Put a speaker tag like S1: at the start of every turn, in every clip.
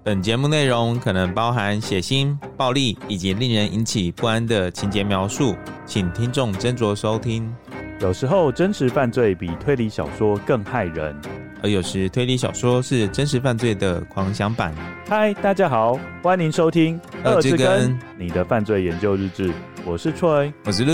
S1: 本节目内容可能包含血腥、暴力以及令人引起不安的情节描述，请听众斟酌收听。
S2: 有时候真实犯罪比推理小说更害人，
S1: 而有时推理小说是真实犯罪的狂想版。
S2: 嗨，大家好，欢迎收听
S1: 二之根
S2: 你的犯罪研究日志，我是 Troy，
S1: 我是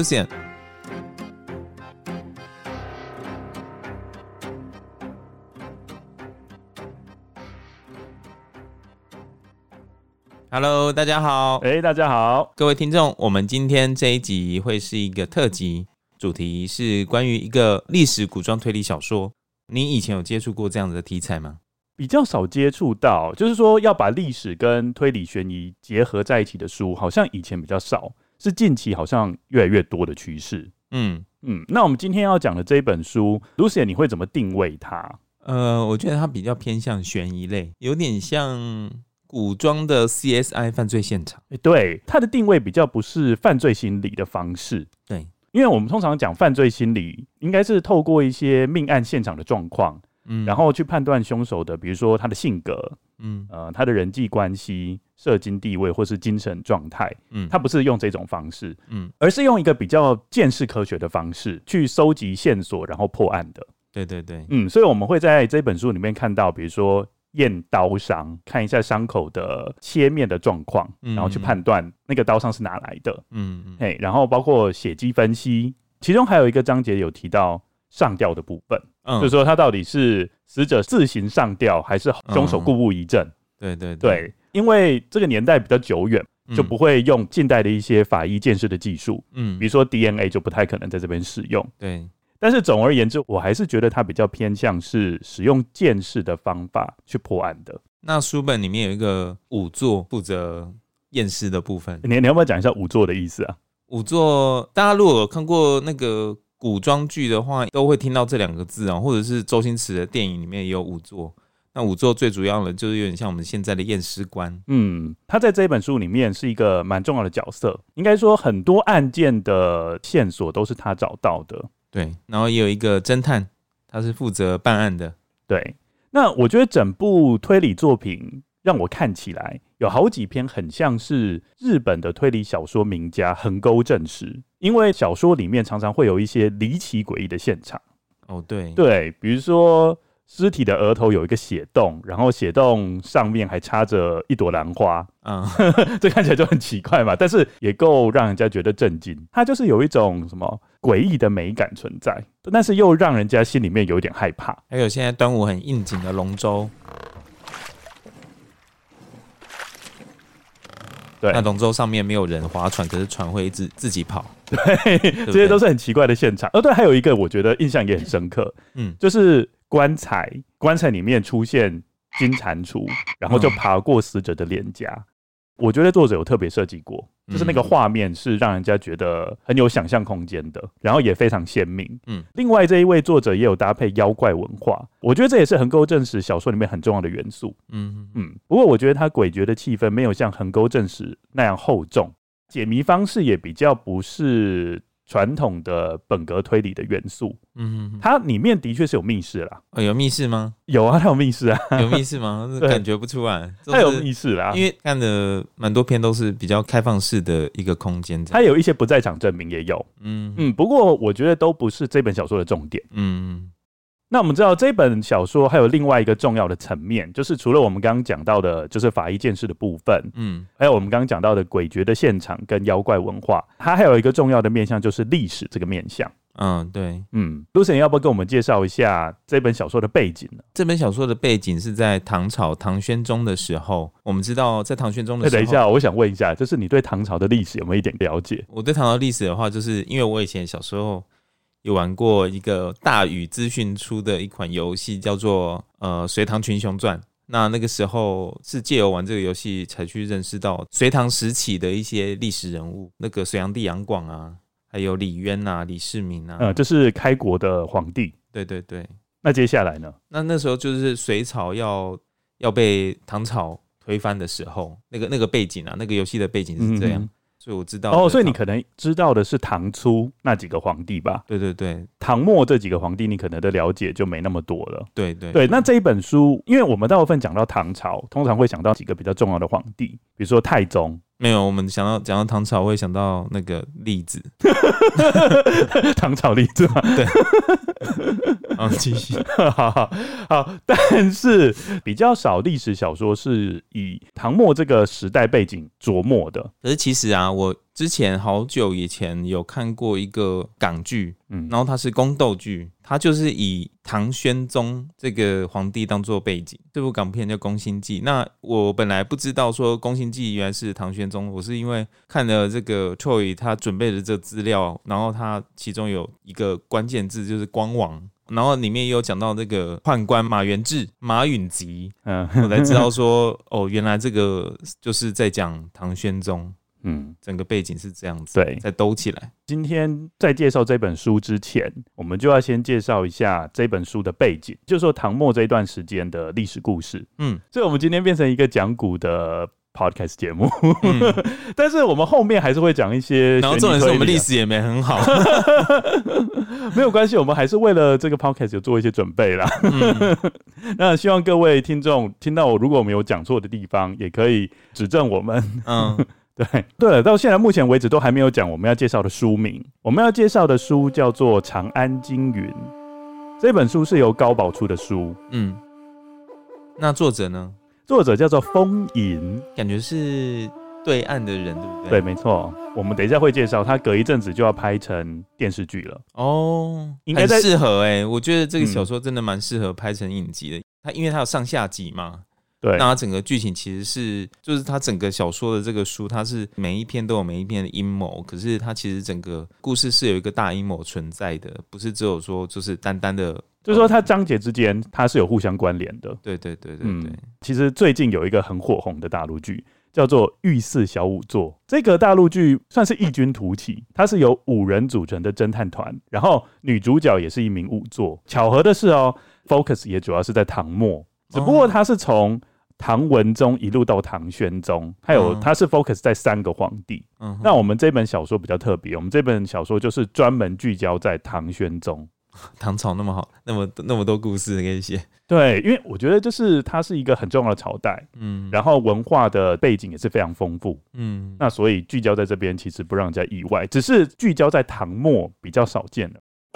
S1: Lucien。Hello， 大家好。
S2: 大家好，
S1: 各位听众，我们今天这一集会是一个特辑，主题是关于一个历史古装推理小说。你以前有接触过这样子的题材吗？
S2: 比较少接触到，就是说要把历史跟推理悬疑结合在一起的书，好像以前比较少，是近期好像越来越多的趋势。那我们今天要讲的这一本书 Lucien 你会怎么定位它？
S1: 我觉得它比较偏向悬疑类，有点像古装的 CSI 犯罪现场。
S2: 对，它的定位比较不是犯罪心理的方式。
S1: 对，
S2: 因为我们通常讲犯罪心理，应该是透过一些命案现场的状况，然后去判断凶手的，比如说他的性格，他的人际关系、社经地位或是精神状态，他不是用这种方式，而是用一个比较鉴识科学的方式去收集线索，然后破案的。
S1: 对对对，
S2: 所以我们会在这本书里面看到，比如说验刀伤，看一下伤口的切面的状况，然后去判断那个刀伤是哪来的。然后包括血迹分析，其中还有一个章节有提到上吊的部分，就是说他到底是死者自行上吊，还是凶手故布疑阵。
S1: 对对 对，
S2: 因为这个年代比较久远，就不会用近代的一些法医鉴识的技术，比如说 DNA 就不太可能在这边使用。
S1: 对。
S2: 但是总而言之，我还是觉得它比较偏向是使用鉴识的方法去破案的。
S1: 那书本里面有一个仵作负责验尸的部分，
S2: 你要不要讲一下仵作的意思啊？
S1: 仵作，大家如果有看过那个古装剧的话，都会听到这两个字啊，或者是周星驰的电影里面也有仵作。那仵作最主要的就是有点像我们现在的验尸官。
S2: 他在这本书里面是一个蛮重要的角色，应该说很多案件的线索都是他找到的。
S1: 对，然后也有一个侦探，他是负责办案的。
S2: 对，那我觉得整部推理作品让我看起来有好几篇很像是日本的推理小说名家横沟正史，因为小说里面常常会有一些离奇诡异的现场。对，比如说尸体的额头有一个血洞，然后血洞上面还插着一朵兰花，这看起来就很奇怪嘛，但是也够让人家觉得震惊。它就是有一种什么诡异的美感存在，但是又让人家心里面有一点害怕。
S1: 还有现在端午很应景的龙舟，
S2: 对，
S1: 那龙舟上面没有人划船，可是船会自己跑。
S2: 对，这些都是很奇怪的现场。对，还有一个我觉得印象也很深刻，就是棺材里面出现金蟾蜍，然后就爬过死者的脸颊。我觉得作者有特别设计过，就是那个画面是让人家觉得很有想象空间的，然后也非常鲜明。另外这一位作者也有搭配妖怪文化，我觉得这也是横沟正史小说里面很重要的元素。不过我觉得他诡谲的气氛没有像横沟正史那样厚重，解谜方式也比较不是传统的本格推理的元素。它里面的确是有密室啦。
S1: 有密室吗？
S2: 有啊，它有密室啊。
S1: 有密室吗？感觉不出来。
S2: 它有密室啦，
S1: 因为看的蛮多篇都是比较开放式的一个空间。
S2: 它有一些不在场证明也有。不过我觉得都不是这本小说的重点。那我们知道这本小说还有另外一个重要的层面，就是除了我们刚刚讲到的就是法医鉴识的部分，还有我们刚刚讲到的诡谲的现场跟妖怪文化，它还有一个重要的面向就是历史这个面向。
S1: 对。
S2: Lucien 要不要跟我们介绍一下这本小说的背景呢？
S1: 这本小说的背景是在唐朝唐宣宗的时候。我们知道在唐宣宗的时候，
S2: 等一下，我想问一下，就是你对唐朝的历史有没有一点了解？
S1: 我对唐朝历史的话，就是因为我以前小时候有玩过一个大宇资讯出的一款游戏，叫做隋唐群雄传。那个时候是借由玩这个游戏才去认识到隋唐时期的一些历史人物，那个隋炀帝杨广啊，还有李渊啊、李世民啊，
S2: 就是开国的皇帝。
S1: 对对对。
S2: 那接下来呢？
S1: 那时候就是隋朝要被唐朝推翻的时候，那个背景啊，那个游戏的背景是这样。 所以我知道
S2: 所以你可能知道的是唐初那几个皇帝吧？
S1: 对对对，
S2: 唐末这几个皇帝你可能的了解就没那么多了。
S1: 对对
S2: 对，那这一本书，因为我们大部分讲到唐朝，通常会想到几个比较重要的皇帝，比如说太宗。
S1: 没有，我们讲到唐朝会想到那个栗子，
S2: 唐朝栗子嘛。
S1: 对，好，继续。
S2: 好，但是比较少历史小说是以唐末这个时代背景琢磨的。
S1: 可是其实啊，我之前好久以前有看过一个港剧，然后它是宫斗剧，它就是以唐玄宗这个皇帝当做背景，这部港片叫《宫心计》。那我本来不知道说《宫心计》原来是唐玄宗，我是因为看了这个 Troy 他准备的这个资料，然后他其中有一个关键字就是光王。然后里面也有讲到这个宦官马元志、马允吉，我才知道说原来这个就是在讲唐玄宗。整个背景是这样子，
S2: 对，
S1: 再兜起来。
S2: 今天在介绍这本书之前，我们就要先介绍一下这本书的背景，就是说唐末这一段时间的历史故事。所以我们今天变成一个讲古的 podcast 节目，但是我们后面还是会讲一些，
S1: 然后重点是我们历史也没很好，
S2: 没有关系，我们还是为了这个 podcast 有做一些准备啦。那希望各位听众听到如果我们有讲错的地方，也可以指正我们。对了，到现在目前为止都还没有讲我们要介绍的书名。我们要介绍的书叫做《长安经云》，这本书是由高宝出的书。
S1: 那作者呢？
S2: 作者叫做风吟，
S1: 感觉是对岸的人，对不对？
S2: 对，没错。我们等一下会介绍，他隔一阵子就要拍成电视剧了。
S1: 应该很适合我觉得这个小说真的蛮适合拍成影集的。因为它有上下集嘛。对，那它整个剧情其实就是它整个小说的这个书，它是每一篇都有每一篇的阴谋，可是它其实整个故事是有一个大阴谋存在的，不是只有说就是单单的，
S2: 就是说它章节之间它是有互相关联的。
S1: 对。
S2: 其实最近有一个很火红的大陆剧，叫做《御赐小仵作》，这个大陆剧算是异军突起，它是由5人组成的侦探团，然后女主角也是一名仵作。巧合的是focus 也主要是在唐末，只不过它是从唐文宗一路到唐玄宗，还有它是 focus 在3个皇帝。那我们这本小说比较特别，我们这本小说就是专门聚焦在唐玄宗。
S1: 唐朝那么好，那么多故事可以写。
S2: 对，因为我觉得就是它是一个很重要的朝代，然后文化的背景也是非常丰富，那所以聚焦在这边其实不让人家意外，只是聚焦在唐末比较少见了。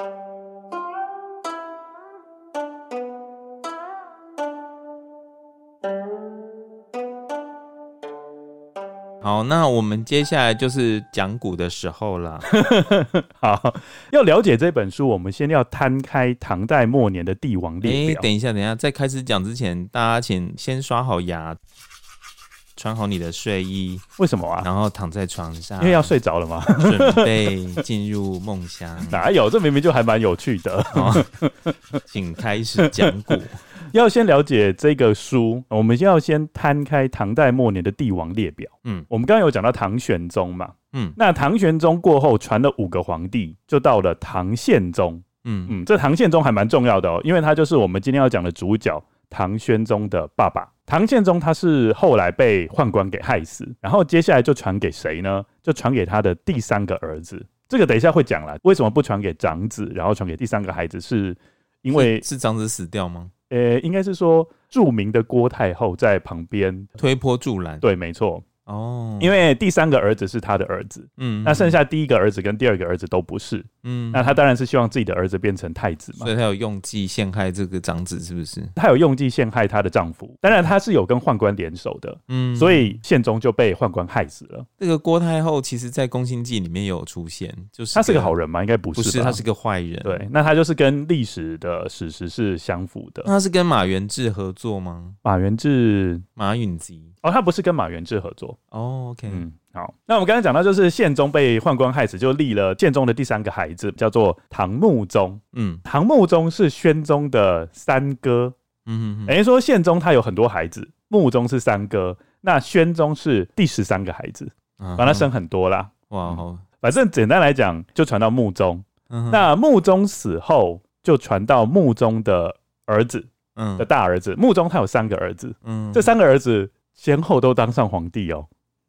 S1: 好，那我们接下来就是讲古的时候啦。
S2: 好，要了解这本书，我们先要摊开唐代末年的帝王列表。
S1: 等一下，在开始讲之前，大家请先刷好牙，穿好你的睡衣。
S2: 为什么啊？
S1: 然后躺在床上，
S2: 因为要睡着了吗？
S1: 准备进入梦乡。
S2: 哪有？这明明就还蛮有趣的。
S1: 请开始讲古。
S2: 要先了解这个书，我们要先摊开唐代末年的帝王列表。我们刚刚有讲到唐玄宗嘛，那唐玄宗过后传了5个皇帝，就到了唐宪宗。这唐宪宗还蛮重要的因为他就是我们今天要讲的主角唐玄宗的爸爸。唐宪宗他是后来被宦官给害死，然后接下来就传给谁呢？就传给他的第3个儿子。这个等一下会讲啦，为什么不传给长子，然后传给第3个孩子？是因为
S1: 是长子死掉吗？
S2: 应该是说著名的郭太后在旁边
S1: 推波助澜。
S2: 对，没错。因为第3个儿子是他的儿子，那剩下第1个儿子跟第2个儿子都不是，那他当然是希望自己的儿子变成太子嘛，
S1: 所以他有用计陷害这个长子，是不是？
S2: 他有用计陷害他的丈夫，当然他是有跟宦官联手的，所以宪宗就被宦官害死了。
S1: 这个郭太后其实在《宫心计》里面有出现，就是
S2: 他是个好人吗？应该不是吧，
S1: 不是，他是个坏人。
S2: 对，那他就是跟历史的史实是相符的。
S1: 那他是跟马元志合作吗？
S2: 马元志、
S1: 马允吉
S2: 他不是跟马元志合作。
S1: OK。
S2: 好，那我们刚才讲到，就是宪宗被宦官害死，就立了宪宗的第3个孩子，叫做唐穆宗。唐穆宗是宣宗的3哥。等于说宪宗他有很多孩子，穆宗是3哥，那宣宗是第13个孩子，帮他生很多啦。反正简单来讲，就传到穆宗。那穆宗死后，就传到穆宗的儿子的大儿子。穆宗他有3个儿子，这3个儿子先后都当上皇帝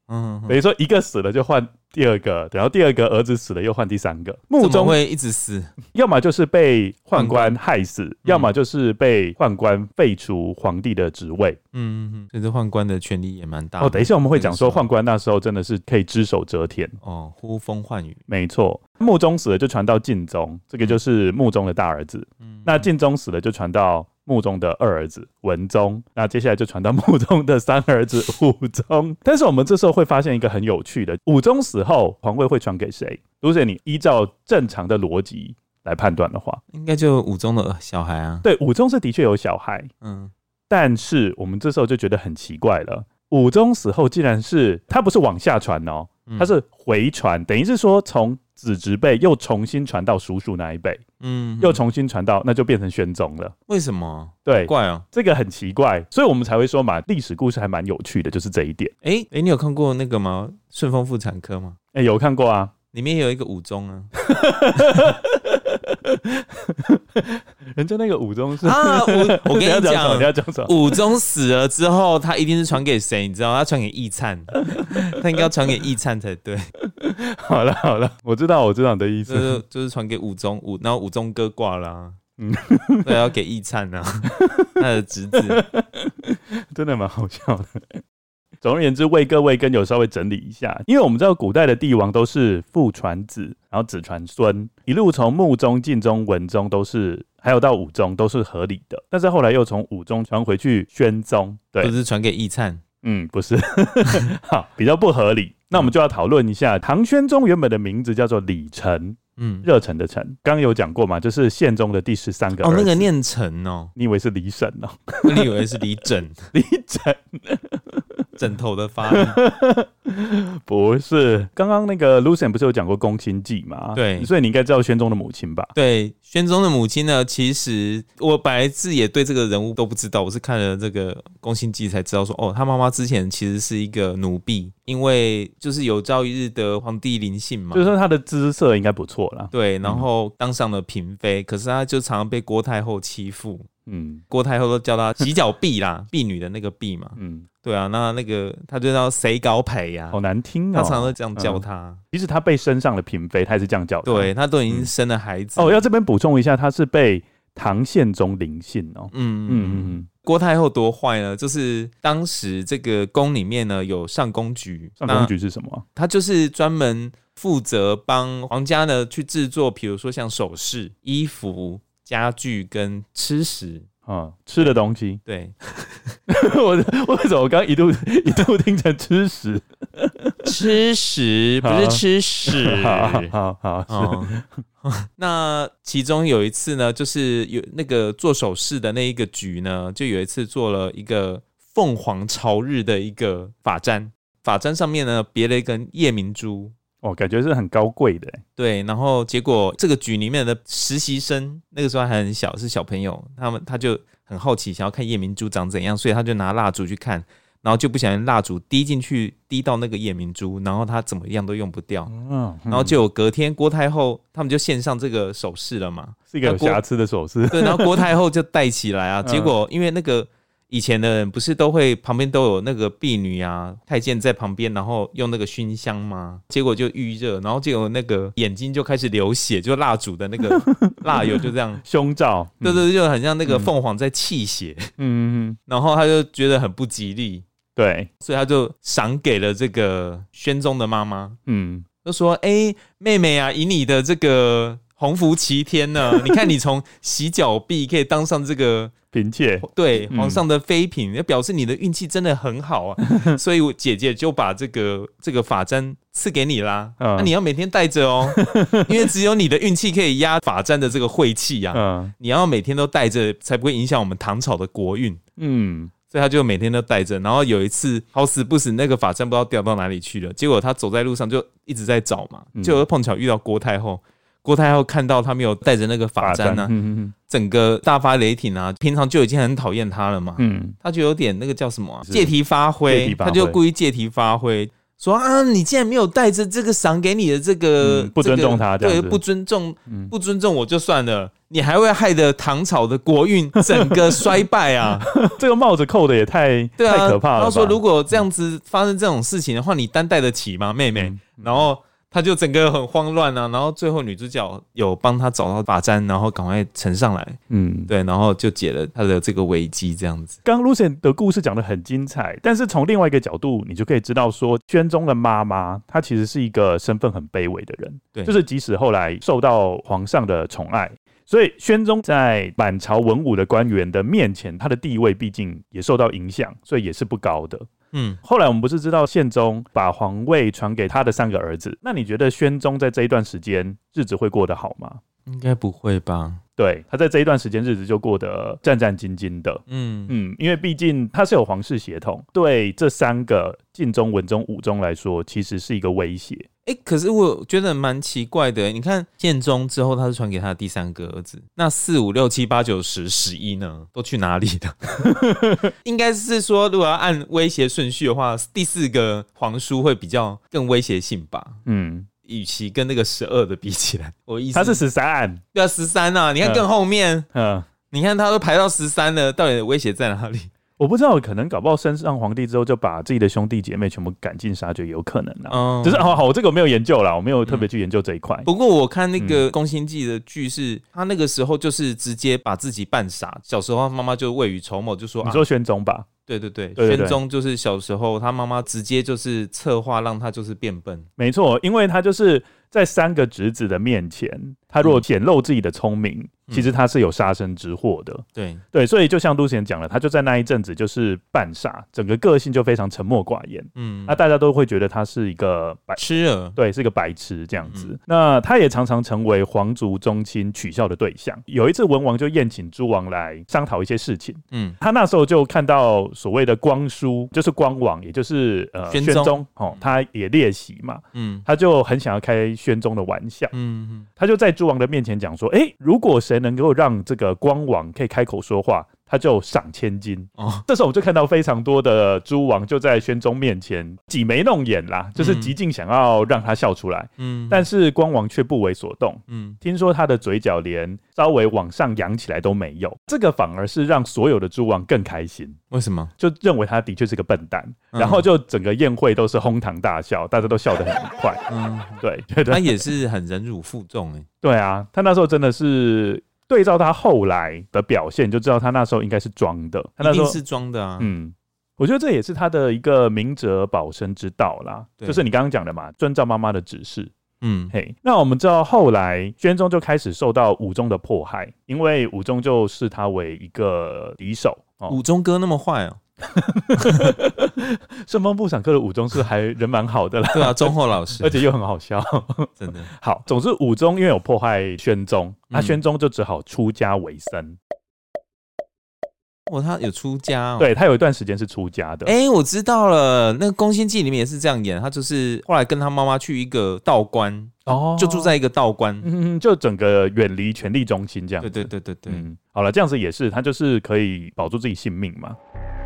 S2: 等于说一个死了就换第二个，然后第二个儿子死了又换第三个。
S1: 穆宗会一直死，
S2: 要么就是被宦官害死，要么就是被宦官废除皇帝的职位。
S1: 所以这宦官的权力也蛮大的。
S2: 等一下我们会讲说宦官那时候真的是可以只手遮天
S1: 呼风唤雨。
S2: 没错，穆宗死了就传到晋宗，这个就是穆宗的大儿子。那晋宗死了就传到穆宗的二儿子文宗，那接下来就传到穆宗的三儿子武宗。但是我们这时候会发现一个很有趣的，武宗死后皇位会传给谁？如果你依照正常的逻辑来判断的话，
S1: 应该就武宗的小孩啊。
S2: 对，武宗是的确有小孩，但是我们这时候就觉得很奇怪了，武宗死后竟然是他不是往下传哦，他是回传，等于是说从子侄辈又重新传到叔叔那一辈，又重新传到，那就变成宣宗了。
S1: 为什么？
S2: 对，
S1: 怪哦，
S2: 这个很奇怪，所以我们才会说嘛，历史故事还蛮有趣的，就是这一点。
S1: 你有看过那个吗？顺丰妇产科吗？
S2: 有看过啊，
S1: 里面有一个武宗啊。
S2: 人家那个武宗是
S1: 我跟你讲，
S2: 你要讲什么？
S1: 武宗死了之后，他一定是传给谁？你知道？他传给奕粲，他应该要传给奕粲才对。
S2: 好了，我知道你的意思，
S1: 就是传给武宗，然后武宗哥挂了啊。对，要给奕粲啊，他的侄子，
S2: 真的蛮好笑的。总而言之，为各位跟有稍微整理一下，因为我们知道古代的帝王都是父传子，然后子传孙，一路从穆宗、晋宗、文宗都是，还有到武宗都是合理的。但是后来又从武宗传回去宣宗，对，
S1: 不是传给奕粲，
S2: 不是，好，比较不合理。那我们就要讨论一下，唐宣宗原本的名字叫做李忱。热忱的忱，刚刚有讲过嘛，就是宪宗的第13个儿子。
S1: 那个念忱哦，
S2: 你以为是李沈哦？
S1: 你以为是李枕？
S2: 李枕，
S1: 枕头的发音
S2: 不是。刚刚那个 Lucien 不是有讲过宫心计嘛？
S1: 对，
S2: 所以你应该知道宣宗的母亲吧？
S1: 对，宣宗的母亲呢，其实我本来自己也对这个人物都不知道，我是看了这个宫心计才知道说，他妈妈之前其实是一个奴婢，因为就是有朝一日的皇帝临幸嘛，
S2: 就是说她的姿色应该不错啦。
S1: 对，然后当上了嫔妃，可是她就常常被郭太后欺负。郭太后都叫她洗脚婢啦，婢女的那个婢嘛。对啊，那个她就叫谁高培呀，
S2: 好难听哦。
S1: 她常常都这样叫她。
S2: 其实她被升上了嫔妃，她也是这样叫她。
S1: 对，她都已经生了孩子。
S2: 要这边补充一下，她是被唐宪宗临幸哦。
S1: 郭太后多坏呢？就是当时这个宫里面呢有上宫局，
S2: 上宫局是什么？
S1: 她就是专门负责帮皇家呢去制作，比如说像首饰、衣服、家具跟吃食。
S2: 吃的东西。
S1: 对，
S2: 为什么我刚刚一度听成吃食？
S1: 吃食不是吃屎。
S2: 好。
S1: 那其中有一次呢，就是有那个做首饰的那一个局呢，就有一次做了一个凤凰朝日的一个发簪，发簪上面呢别了一根夜明珠。
S2: 感觉是很高贵的。
S1: 对，然后结果这个局里面的实习生那个时候还很小，是小朋友，他就很好奇，想要看夜明珠长怎样，所以他就拿蜡烛去看，然后就不小心蜡烛滴进去，滴到那个夜明珠，然后他怎么样都用不掉。然后就有隔天郭太后他们就献上这个首饰了嘛，
S2: 是一个有瑕疵的首饰。
S1: 对，然后郭太后就戴起来啊，结果因为那个以前的人不是都会旁边都有那个婢女啊、太监在旁边，然后用那个熏香吗？结果就预热，然后结果那个眼睛就开始流血，就蜡烛的那个蜡油就这样
S2: 胸罩，
S1: 对，就很像那个凤凰在泣血。然后他就觉得很不吉利，
S2: 对，
S1: 所以他就赏给了这个宣宗的妈妈，就说：“妹妹啊，以你的这个鸿福齐天呢，你看你从洗脚婢可以当上这个。”
S2: 嫔妾，
S1: 对，皇上的妃嫔，表示你的运气真的很好啊，所以我姐姐就把这个发簪赐给你啦，你要每天带着哦，因为只有你的运气可以压发簪的这个晦气啊，你要每天都带着，才不会影响我们唐朝的国运。所以他就每天都带着，然后有一次好死不死，那个发簪不知道掉到哪里去了，结果他走在路上就一直在找嘛，就碰巧遇到郭太后。郭太后看到他没有带着那个发簪啊，整个大发雷霆啊！平常就已经很讨厌他了嘛，他就有点那个叫什么借题发挥，他就故意借题发挥， 说啊，你竟然没有带着这个赏给你的这个，
S2: 不尊重他，
S1: 对，不尊重我就算了，你还会害得唐朝的国运整个衰败啊！
S2: 这个帽子扣的也太可怕了吧。
S1: 他说如果这样子发生这种事情的话，你担待得起吗，妹妹？然后他就整个很慌乱啊，然后最后女主角有帮他找到发簪，然后赶快呈上来，对，然后就解了他的这个危机，这样子。
S2: 刚 Lucien 的故事讲得很精彩，但是从另外一个角度，你就可以知道说，宣宗的妈妈她其实是一个身份很卑微的人，对，就是即使后来受到皇上的宠爱，所以宣宗在满朝文武的官员的面前，他的地位毕竟也受到影响，所以也是不高的。后来我们不是知道宪宗把皇位传给他的3个儿子，那你觉得宣宗在这一段时间日子会过得好吗？
S1: 应该不会吧。
S2: 对，他在这一段时间日子就过得战战兢兢的。因为毕竟他是有皇室血统，对这3个晋宗、文宗、武宗来说，其实是一个威胁。
S1: 可是我觉得蛮奇怪的。你看建宗之后，他是传给他的第3个儿子，那4、5、6、7、8、9、10、11呢，都去哪里了？应该是说，如果要按威胁顺序的话，第4个皇叔会比较更威胁性吧。与其跟那个12的比起来，我意思
S2: 他是13，
S1: 对啊，13啊，你看更后面，你看他都排到13了，到底威胁在哪里？
S2: 我不知道，可能搞不好升上皇帝之后就把自己的兄弟姐妹全部赶尽杀绝，有可能啦。只是好，我这个我没有研究啦，我没有特别去研究这一块。
S1: 不过我看那个宫心计的剧是，他那个时候就是直接把自己扮傻。小时候妈妈就未雨绸缪，就说
S2: 你说宣宗吧？
S1: 对，宣宗就是小时候他妈妈直接就是策划让他就是变笨。
S2: 没错，因为他就是在3个侄子的面前，他如果显露自己的聪明，其实他是有杀身之祸的。对，所以就像Lucien讲了，他就在那一阵子就是扮傻，整个个性就非常沉默寡言。那大家都会觉得他是一个
S1: 痴儿，
S2: 对，是一个白痴这样子。那他也常常成为皇族宗亲取笑的对象。有一次文王就宴请诸王来商讨一些事情，他那时候就看到所谓的光叔，就是光王，也就是宣宗，他也列席嘛，他就很想要开宣宗的玩笑，他就在诸王的面前讲说，如果谁能够让这个光王可以开口说话，他就赏1000金。这时候我们就看到非常多的诸王就在宣宗面前挤眉弄眼啦，就是极尽想要让他笑出来。但是光王却不为所动。听说他的嘴角连稍微往上扬起来都没有，这个反而是让所有的诸王更开心。
S1: 为什么？
S2: 就认为他的确是个笨蛋，然后就整个宴会都是哄堂大笑，大家都笑得很快。对，
S1: 他也是很忍辱负重。
S2: 对啊，他那时候真的是。对照他后来的表现，就知道他那时候应该是装的。他那时候
S1: 一定是装的啊。
S2: 我觉得这也是他的一个明哲保身之道啦。就是你刚刚讲的嘛，遵照妈妈的指示。那我们知道后来宣宗就开始受到武宗的迫害，因为武宗就视他为一个敌手。
S1: 武宗哥那么坏哦。
S2: 顺风妇产科的武宗是还人蛮好的啦，
S1: 对啊，忠厚老实，
S2: 而且又很好笑，
S1: 真的。
S2: 好，总之武宗因为有迫害宣宗，那宣宗就只好出家为僧。
S1: 他有出家哦？
S2: 对，他有一段时间是出家的。
S1: 我知道了，那个《宫心计》里面也是这样演，他就是后来跟他妈妈去一个道观，就住在一个道观，
S2: 就整个远离权力中心这样子。
S1: 对，
S2: 好了，这样子也是，他就是可以保住自己性命嘛。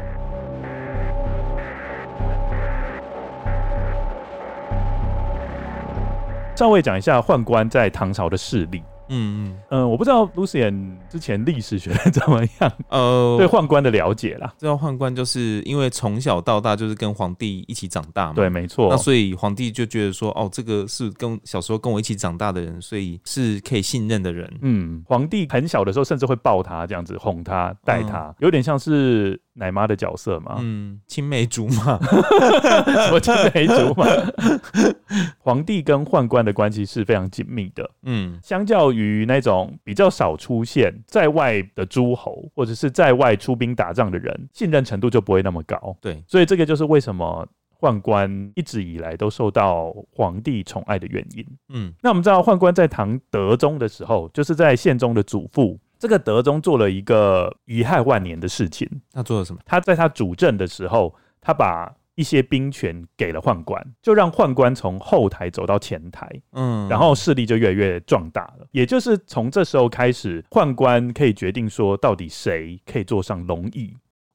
S2: 稍微讲一下宦官在唐朝的势力。我不知道 Lucien 之前历史学的怎么样，对宦官的了解啦。
S1: 知道宦官就是因为从小到大就是跟皇帝一起长大嘛，
S2: 对，没错。
S1: 那所以皇帝就觉得说，这个是跟小时候跟我一起长大的人，所以是可以信任的人。
S2: 皇帝很小的时候甚至会抱他，这样子哄他、带他，有点像是奶妈的角色嘛。
S1: 青梅竹马，
S2: 什么青梅竹马？皇帝跟宦官的关系是非常紧密的。相较于那种比较少出现在外的诸侯，或者是在外出兵打仗的人，信任程度就不会那么高。
S1: 对，
S2: 所以这个就是为什么宦官一直以来都受到皇帝宠爱的原因。那我们知道宦官在唐德宗的时候，就是在宪宗的祖父，这个德宗做了一个贻害万年的事情。
S1: 他做了什么？
S2: 他在他主政的时候，他把一些兵权给了宦官，就让宦官从后台走到前台，然后势力就越来越壮大了。也就是从这时候开始，宦官可以决定说到底谁可以坐上龙椅。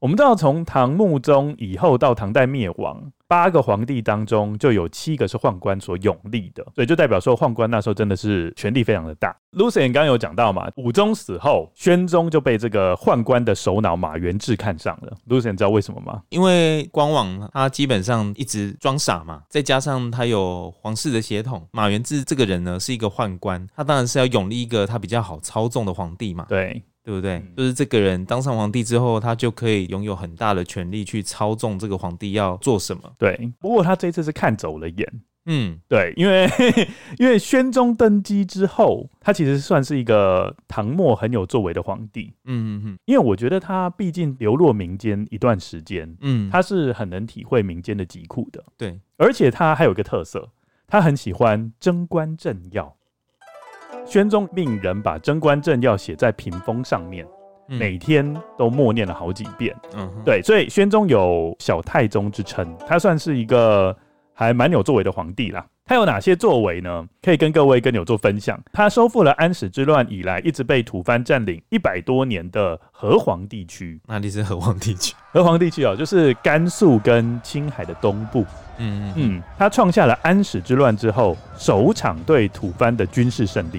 S2: 我们知道从唐穆宗以后到唐代灭亡，8个皇帝当中就有7个是宦官所拥立的，所以就代表说宦官那时候真的是权力非常的大。Lucien 刚刚有讲到嘛，武宗死后，宣宗就被这个宦官的首脑马元志看上了。Lucien 知道为什么吗？
S1: 因为光王他基本上一直装傻嘛，再加上他有皇室的血统，马元志这个人呢是一个宦官，他当然是要拥立一个他比较好操纵的皇帝嘛。对不对？就是这个人当上皇帝之后，他就可以拥有很大的权力去操纵这个皇帝要做什么。
S2: 对，不过他这次是看走了眼。对，因为宣宗登基之后，他其实算是一个唐末很有作为的皇帝。因为我觉得他毕竟流落民间一段时间，他是很能体会民间的疾苦的。
S1: 对，
S2: 而且他还有一个特色，他很喜欢贞观政要。宣宗命人把贞观政要写在屏风上面，每天都默念了好几遍。对，所以宣宗有小太宗之称，他算是一个还蛮有作为的皇帝啦。他有哪些作为呢？可以跟各位跟友做分享。他收复了安史之乱以来一直被吐蕃占领100多年的河湟地区。
S1: 哪里是河湟地区？
S2: 河湟地区就是甘肃跟青海的东部。他创下了安史之乱之后首场对吐蕃的军事胜利。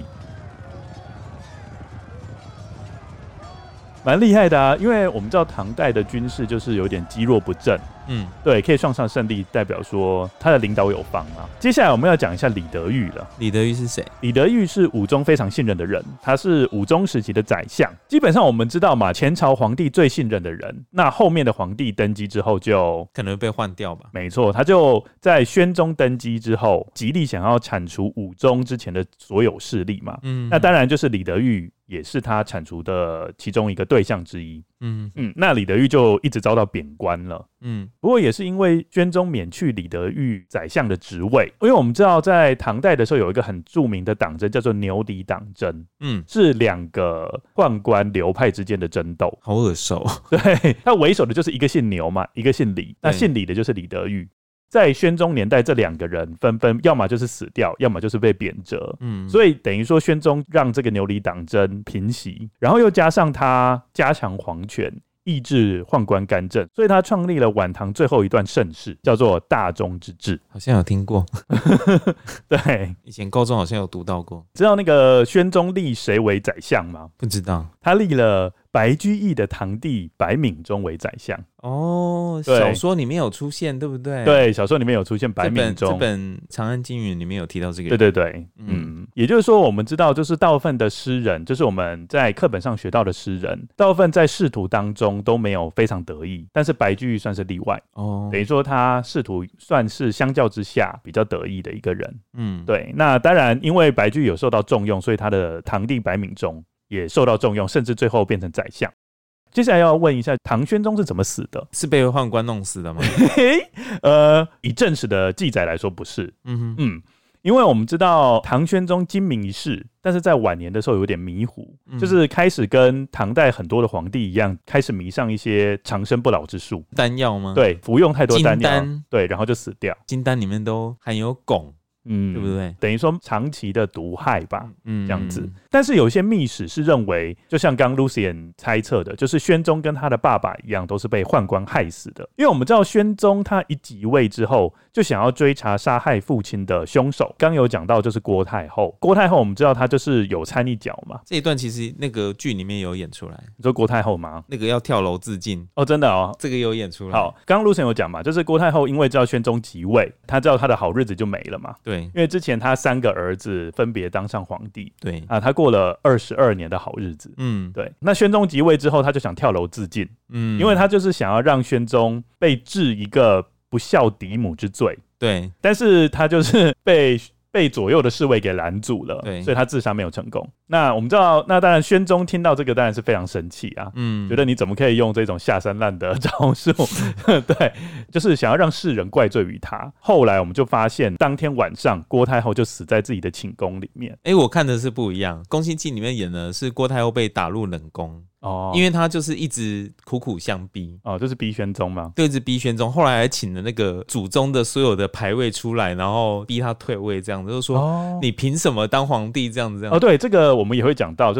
S2: 蛮厉害的啊，因为我们知道唐代的军事就是有点积弱不振，对，可以创上胜利，代表说他的领导有方啊。接下来我们要讲一下李德裕了。
S1: 李德裕是谁？
S2: 李德裕是武宗非常信任的人，他是武宗时期的宰相。基本上我们知道嘛，前朝皇帝最信任的人，那后面的皇帝登基之后就
S1: 可能被换掉吧。
S2: 没错，他就在宣宗登基之后，极力想要铲除武宗之前的所有势力嘛。那当然就是李德裕也是他铲除的其中一个对象之一。那李德裕就一直遭到贬官了。不过也是因为宣宗免去李德裕宰相的职位，因为我们知道在唐代的时候有一个很著名的党争叫做牛李党争，是2个宦官流派之间的争斗。
S1: 好耳熟。
S2: 对，他为首的就是一个姓牛嘛，一个姓李，那姓李的就是李德裕。在宣宗年代，这2个人纷纷要么就是死掉，要么就是被贬谪。所以等于说宣宗让这个牛李党争平息，然后又加上他加强皇权，抑制宦官干政，所以他创立了晚唐最后一段盛世，叫做大中之治。
S1: 好像有听过。
S2: 对，
S1: 以前高中好像有读到过。
S2: 知道那个宣宗立谁为宰相吗？
S1: 不知道。
S2: 他立了白居易的堂弟白敏中为宰相。
S1: 小说里面有出现，对不对？
S2: 对，小说里面有出现白敏中。
S1: 这本《长安经云》里面有提到这个人。
S2: 对，也就是说，我们知道，就是大部分的诗人，就是我们在课本上学到的诗人，大部分在仕途当中都没有非常得意，但是白居易算是例外。等于说他仕途算是相较之下比较得意的一个人。对。那当然，因为白居易有受到重用，所以他的堂弟白敏中也受到重用，甚至最后变成宰相。接下来要问一下，唐宣宗是怎么死的？
S1: 是被宦官弄死的吗？
S2: 以正史的记载来说，不是。因为我们知道唐宣宗精明一世，但是在晚年的时候有点迷糊，就是开始跟唐代很多的皇帝一样，开始迷上一些长生不老之术。
S1: 丹药吗？
S2: 对，服用太多丹药，对，然后就死掉。
S1: 金丹里面都含有汞。对不对？
S2: 等于说长期的毒害吧，这样子。但是有些秘史是认为，就像刚 Lucien 猜测的，就是宣宗跟他的爸爸一样，都是被宦官害死的。因为我们知道宣宗他一即位之后，就想要追查杀害父亲的凶手。刚有讲到就是郭太后，郭太后我们知道他就是有参一脚嘛。
S1: 这一段其实那个剧里面有演出来。
S2: 你说郭太后吗？
S1: 那个要跳楼自尽
S2: 真的哦，
S1: 这个有演出来。
S2: 好，刚 Lucien 有讲嘛，就是郭太后因为知道宣宗即位，他知道他的好日子就没了嘛。
S1: 对。
S2: 因为之前他3个儿子分别当上皇帝，
S1: 对
S2: 他过了22年的好日子，对。那宣宗即位之后，他就想跳楼自尽，因为他就是想要让宣宗被治一个不孝嫡母之罪，
S1: 对。
S2: 但是他就是被左右的侍卫给拦阻了，所以他自杀没有成功。那我们知道，那当然宣宗听到这个当然是非常生气啊，觉得你怎么可以用这种下三滥的招数？对，就是想要让世人怪罪于他。后来我们就发现，当天晚上郭太后就死在自己的寝宫里面。
S1: 我看的是不一样，《宫心计》里面演的是郭太后被打入冷宫。因为他就是一直苦苦相逼
S2: 就是逼宣宗嘛，
S1: 对，一直逼宣宗，后来还请了那个祖宗的所有的牌位出来，然后逼他退位，这样子就说你凭什么当皇帝这样子。
S2: 对，这个我们也会讲到，就是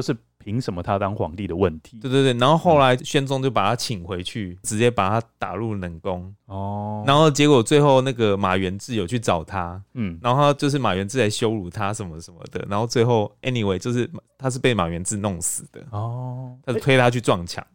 S2: 凭什么他当皇帝的问题。
S1: 对对对，然后后来宣宗就把他请回去，直接把他打入冷宫。然后结果最后那个马元志有去找他，然后就是马元志来羞辱他什么什么的，然后最后 anyway 就是他是被马元志弄死的。他就推他去撞墙。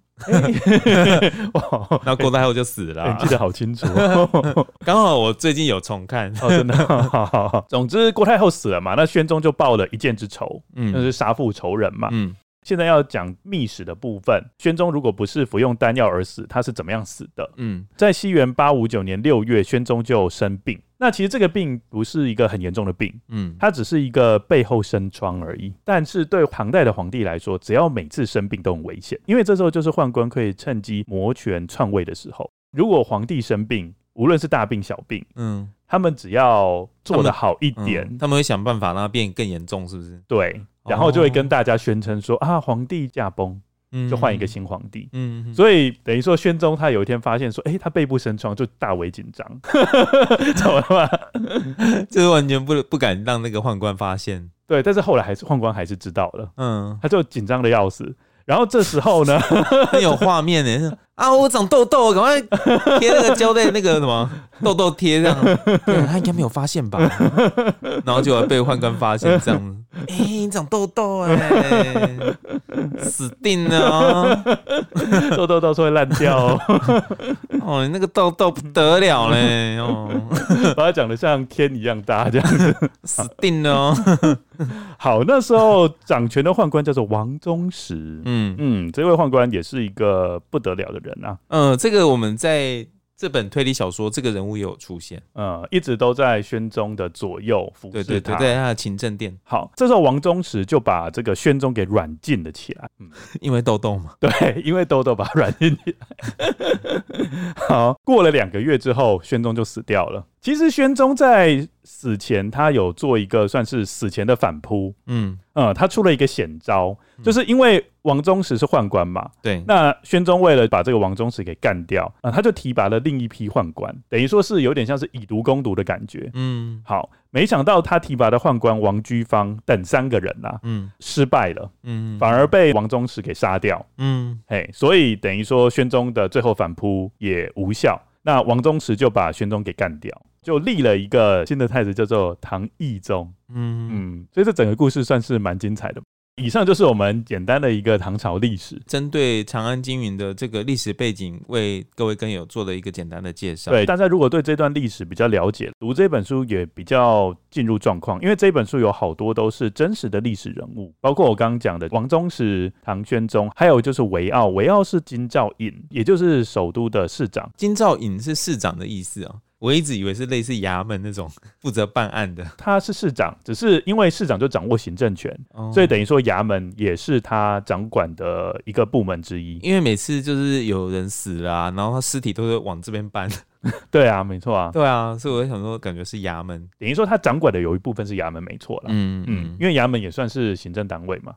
S1: 然后郭太后就死了。
S2: 记得好清楚。
S1: 刚好我最近有重看。
S2: 真的。好。总之郭太后死了嘛，那宣宗就报了一箭之仇，就是杀父仇人嘛。现在要讲秘史的部分，宣宗如果不是服用丹药而死，他是怎么样死的？在西元859年6月，宣宗就生病。那其实这个病不是一个很严重的病，它只是一个背后生疮而已。但是对唐代的皇帝来说，只要每次生病都很危险，因为这时候就是宦官可以趁机摩拳篡位的时候。如果皇帝生病，无论是大病小病，他们只要做得好一点，
S1: 他们会想办法让它变更严重，是不是？
S2: 对，然后就会跟大家宣称说皇帝驾崩。就换一个新皇帝。所以等于说宣宗他有一天发现说，他背部生疮，就大为紧张。怎么了嘛？
S1: 就是完全不敢让那个宦官发现。
S2: 对，但是后来宦官还是知道了。他就紧张的要死。然后这时候呢，
S1: 很有画面呢。我长痘痘，赶快贴那个胶带，那个什么痘痘贴这样。他应该没有发现吧？然后就被宦官发现这样。你长痘痘死定了
S2: 痘痘到时候会烂掉
S1: 你那个痘痘不得了嘞
S2: 把它讲得像天一样大这样子。
S1: 死定了
S2: 好，那时候掌权的宦官叫做王宗实。这位宦官也是一个不得了的人啊。
S1: 这个我们在这本推理小说这个人物也有出现，
S2: 一直都在宣宗的左右服侍他，
S1: 对，在他的勤政殿。
S2: 好，这时候王宗实就把这个宣宗给软禁了起来。
S1: 因为痘痘嘛。
S2: 对，因为痘痘把他软禁起来。好，过了2个月之后，宣宗就死掉了。其实宣宗在死前，他有做一个算是死前的反扑。他出了一个险招，就是因为王宗实是宦官嘛，
S1: 对，
S2: 那宣宗为了把这个王宗实给干掉，他就提拔了另一批宦官，等于说是有点像是以毒攻毒的感觉。好，没想到他提拔的宦官王居芳等3个人失败了，反而被王宗实给杀掉。所以等于说宣宗的最后反扑也无效。那王宗实就把宣宗给干掉，就立了一个新的太子，叫做唐懿宗。所以这整个故事算是蛮精彩的。以上就是我们简单的一个唐朝历史，
S1: 针对长安经云的这个历史背景，为各位跟友做了一个简单的介绍。
S2: 对，大家如果对这段历史比较了解，读这本书也比较进入状况，因为这本书有好多都是真实的历史人物，包括我刚刚讲的王宗实、唐宣宗，还有就是韦骜，韦骜是京兆尹，也就是首都的市长。
S1: 京兆尹是市长的意思啊。我一直以为是类似衙门那种负责办案的。
S2: 他是市长，只是因为市长就掌握行政权，所以等于说衙门也是他掌管的一个部门之一。
S1: 因为每次就是有人死了然后他尸体都是往这边搬。
S2: 对啊，没错啊。
S1: 对啊，所以我在想说，感觉是衙门，
S2: 等于说他掌管的有一部分是衙门，没错啦。因为衙门也算是行政单位嘛。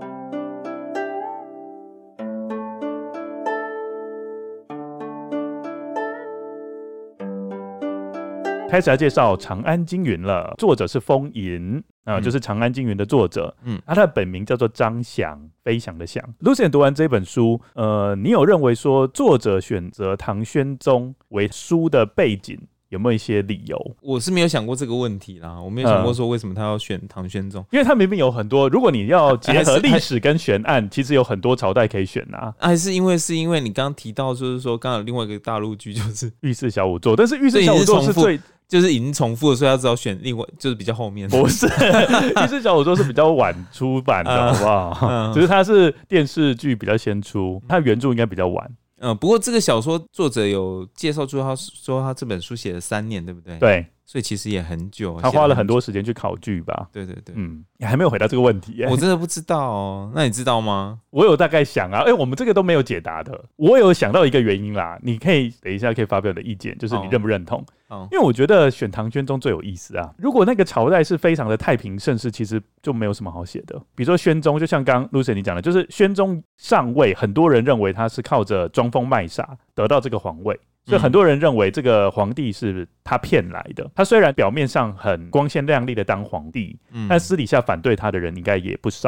S2: 开始来介绍《长安经云》了，作者是风吟，就是《长安经云》的作者。他的本名叫做张翔，飞翔的翔。Lucien 读完这本书，你有认为说作者选择唐宣宗为书的背景有没有一些理由？我是没有想过这个问题啦，我没有想过说为什么他要选唐宣宗，
S1: 因为他明明有很多，如果你要结合历史跟悬案，其实有很多朝代可以选啊。还是因为你刚刚提到，就是说刚刚有另外一个大陆剧就是《
S2: 御史小仵作》，但是《御史小仵作》是最。
S1: 就是已经重复了，所以他只好选另外就是比较后面。
S2: 不是，御史小仵作是比较晚出版的，好不好？只是它是电视剧比较先出，它原著应该比较晚。
S1: 不过这个小说作者有介绍出他说他这本书写了3年，对不对？
S2: 对。
S1: 所以其实也很久，
S2: 他花了很多时间去考据吧。
S1: 对对对，
S2: 你还没有回答这个问题
S1: 我真的不知道哦。那你知道吗？
S2: 我有大概想啊，我们这个都没有解答的。我有想到一个原因啦，你可以等一下可以发表你的意见，就是你认不认同？因为我觉得选唐宣宗最有意思啊。如果那个朝代是非常的太平盛世，其实就没有什么好写的。比如说宣宗，就像刚 Lucien 你讲的，就是宣宗上位，很多人认为他是靠着装疯卖傻得到这个皇位。所以很多人认为这个皇帝是他骗来的。他虽然表面上很光鲜亮丽的当皇帝，但私底下反对他的人应该也不少。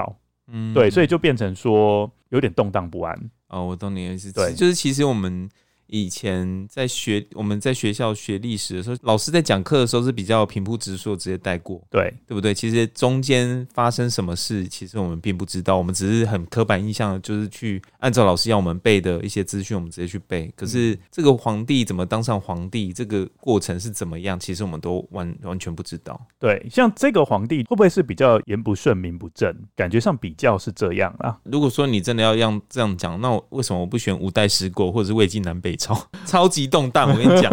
S2: 对，所以就变成说有点动荡不安。
S1: 我懂你的意思。
S2: 对，
S1: 就是其实我们以前我们在学校学历史的时候，老师在讲课的时候是比较平铺直述，直接带过，对不对？其实中间发生什么事，其实我们并不知道，我们只是很刻板印象，就是去按照老师要我们背的一些资讯，我们直接去背。可是这个皇帝怎么当上皇帝，这个过程是怎么样，其实我们都完全不知道。
S2: 对，像这个皇帝会不会是比较言不顺名不正？感觉上比较是这样啦。
S1: 如果说你真的要这样讲，那为什么我不选五代十国或者是魏晋南北朝？超级动荡，我跟你讲，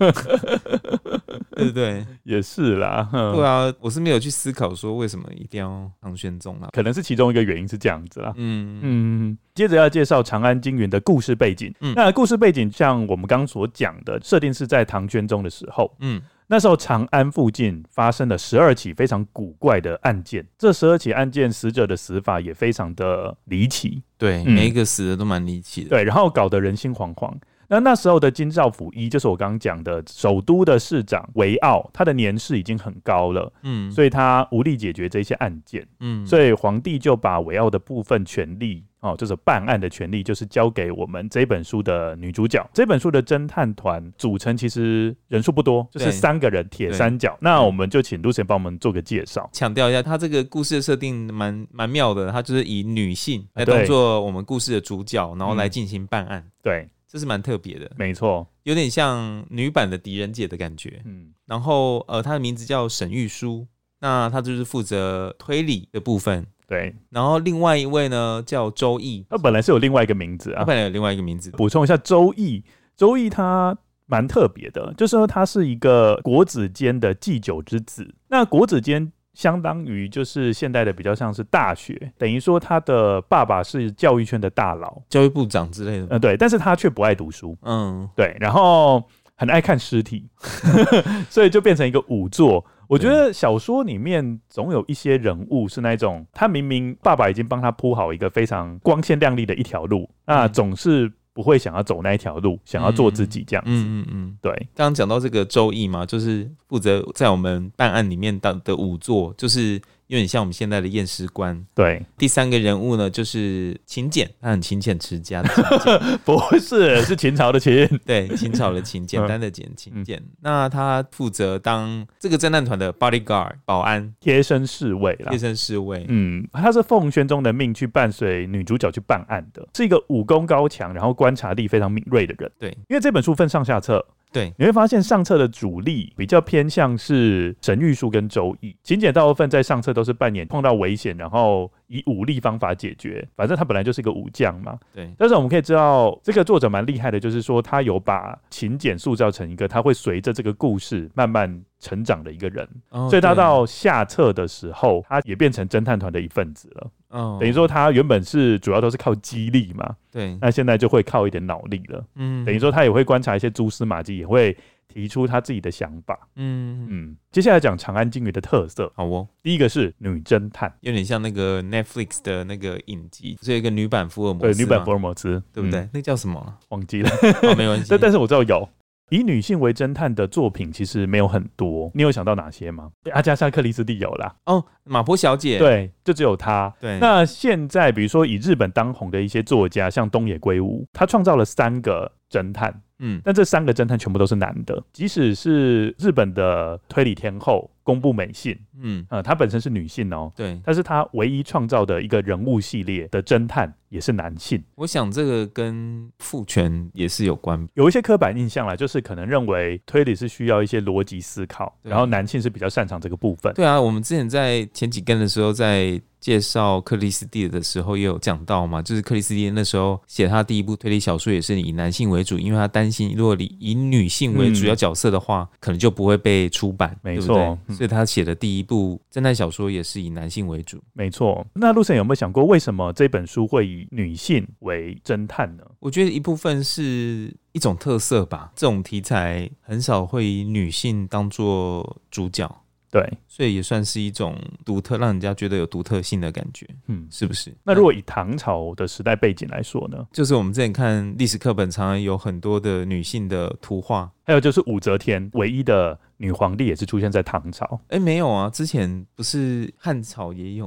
S1: 对不对？
S2: 也是啦，
S1: 对啊，我是没有去思考说为什么一定要唐玄宗啦，
S2: 可能是其中一个原因是这样子啦。接着要介绍长安经云的故事背景。那故事背景像我们刚刚所讲的设定是在唐玄宗的时候，那时候长安附近发生了12起非常古怪的案件，这12起案件死者的死法也非常的离奇，
S1: 对，每一个死的都蛮离奇的，
S2: 对，然后搞得人心惶惶。那时候的京兆府尹就是我刚刚讲的首都的市长韦骜，他的年事已经很高了，所以他无力解决这些案件，所以皇帝就把韦骜的部分权力，就是办案的权力，就是交给我们这本书的女主角。这本书的侦探团组成其实人数不多，就是3个人，铁三角。那我们就请 Lucien 帮我们做个介绍，
S1: 强调一下，他这个故事的设定蛮妙的，他就是以女性来当做我们故事的主角，然后来进行办案，
S2: 对。
S1: 这是蛮特别的，
S2: 没错，
S1: 有点像女版的狄仁杰的感觉。然后他的名字叫沈玉书，那他就是负责推理的部分。
S2: 对，
S1: 然后另外一位呢叫周易，
S2: 他本来是有另外一个名字啊，
S1: 他本来有另外一个名字。
S2: 补充一下，周易他蛮特别的，就是说他是一个国子监的祭酒之子。那国子监相当于就是现代的比较像是大学，等于说他的爸爸是教育圈的大佬，
S1: 教育部长之类的。
S2: 对，但是他却不爱读书，对，然后很爱看尸体，所以就变成一个仵作。我觉得小说里面总有一些人物是那种，他明明爸爸已经帮他铺好一个非常光鲜亮丽的一条路，那总是不会想要走那一条路，想要做自己这样子。对。
S1: 刚刚讲到这个周易嘛，就是负责在我们办案里面的仵作，就是有点像我们现在的验尸官。
S2: 对。
S1: 第3个人物呢，就是秦简，他很勤俭持家的秦简，
S2: 不是秦朝的秦。
S1: 对，秦朝的秦，简单的简，秦简。那他负责当这个侦探团的 bodyguard 保安，
S2: 贴身侍卫啦。
S1: 贴身侍卫。
S2: 他是奉宣宗的命去伴随女主角去办案的，是一个武功高强，然后观察力非常敏锐的人。
S1: 对，
S2: 因为这本书分上下册。
S1: 对，
S2: 你会发现上册的主力比较偏向是沈玉书跟周易，秦简大部分在上册都是扮演碰到危险，然后以武力方法解决，反正他本来就是一个武将嘛。
S1: 对，
S2: 但是我们可以知道，这个作者蛮厉害的，就是说他有把秦简塑造成一个他会随着这个故事慢慢成长的一个人，所以他到下册的时候，他也变成侦探团的一份子了。等于说他原本是主要都是靠肌力嘛，
S1: 对，
S2: 那现在就会靠一点脑力了。等于说他也会观察一些蛛丝马迹，也会提出他自己的想法。接下来讲长安经云的特色。
S1: 好哦，
S2: 第一个是女侦探，
S1: 有点像那个 Netflix 的那个影集，是有一个女版福尔摩斯，
S2: 对，女版福尔摩斯，
S1: 对不对？那叫什么？
S2: 忘记了，
S1: 没关系。
S2: 但是我知道有。以女性为侦探的作品其实没有很多，你有想到哪些吗？阿加莎·克里斯蒂有啦，
S1: 马坡小姐，
S2: 对，就只有她。
S1: 对，
S2: 那现在比如说以日本当红的一些作家，像东野圭吾，他创造了3个侦探，但这3个侦探全部都是男的，即使是日本的推理天后宫部美信，她本身是女性哦，
S1: 对，
S2: 但是她唯一创造的一个人物系列的侦探也是男性。
S1: 我想这个跟父权也是有关，
S2: 有一些刻板印象啦，就是可能认为推理是需要一些逻辑思考，然后男性是比较擅长这个部分。
S1: 对啊，我们之前在前几更的时候，在介绍克里斯蒂的时候也有讲到嘛，就是克里斯蒂那时候写他第一部推理小说也是以男性为主，因为他担心如果以女性为主要角色的话，可能就不会被出版，
S2: 没错，
S1: 所以他写的第一部侦探小说也是以男性为主。
S2: 没错。那Lucien有没有想过，为什么这本书会以女性为侦探呢？
S1: 我觉得一部分是一种特色吧，这种题材很少会以女性当作主角。
S2: 对，
S1: 所以也算是一种独特，让人家觉得有独特性的感觉，是不是？
S2: 那如果以唐朝的时代背景来说呢？
S1: 就是我们之前看历史课本，常常有很多的女性的图画，
S2: 还有就是武则天唯一的女皇帝也是出现在唐朝。
S1: 没有啊，之前不是汉朝也有吗？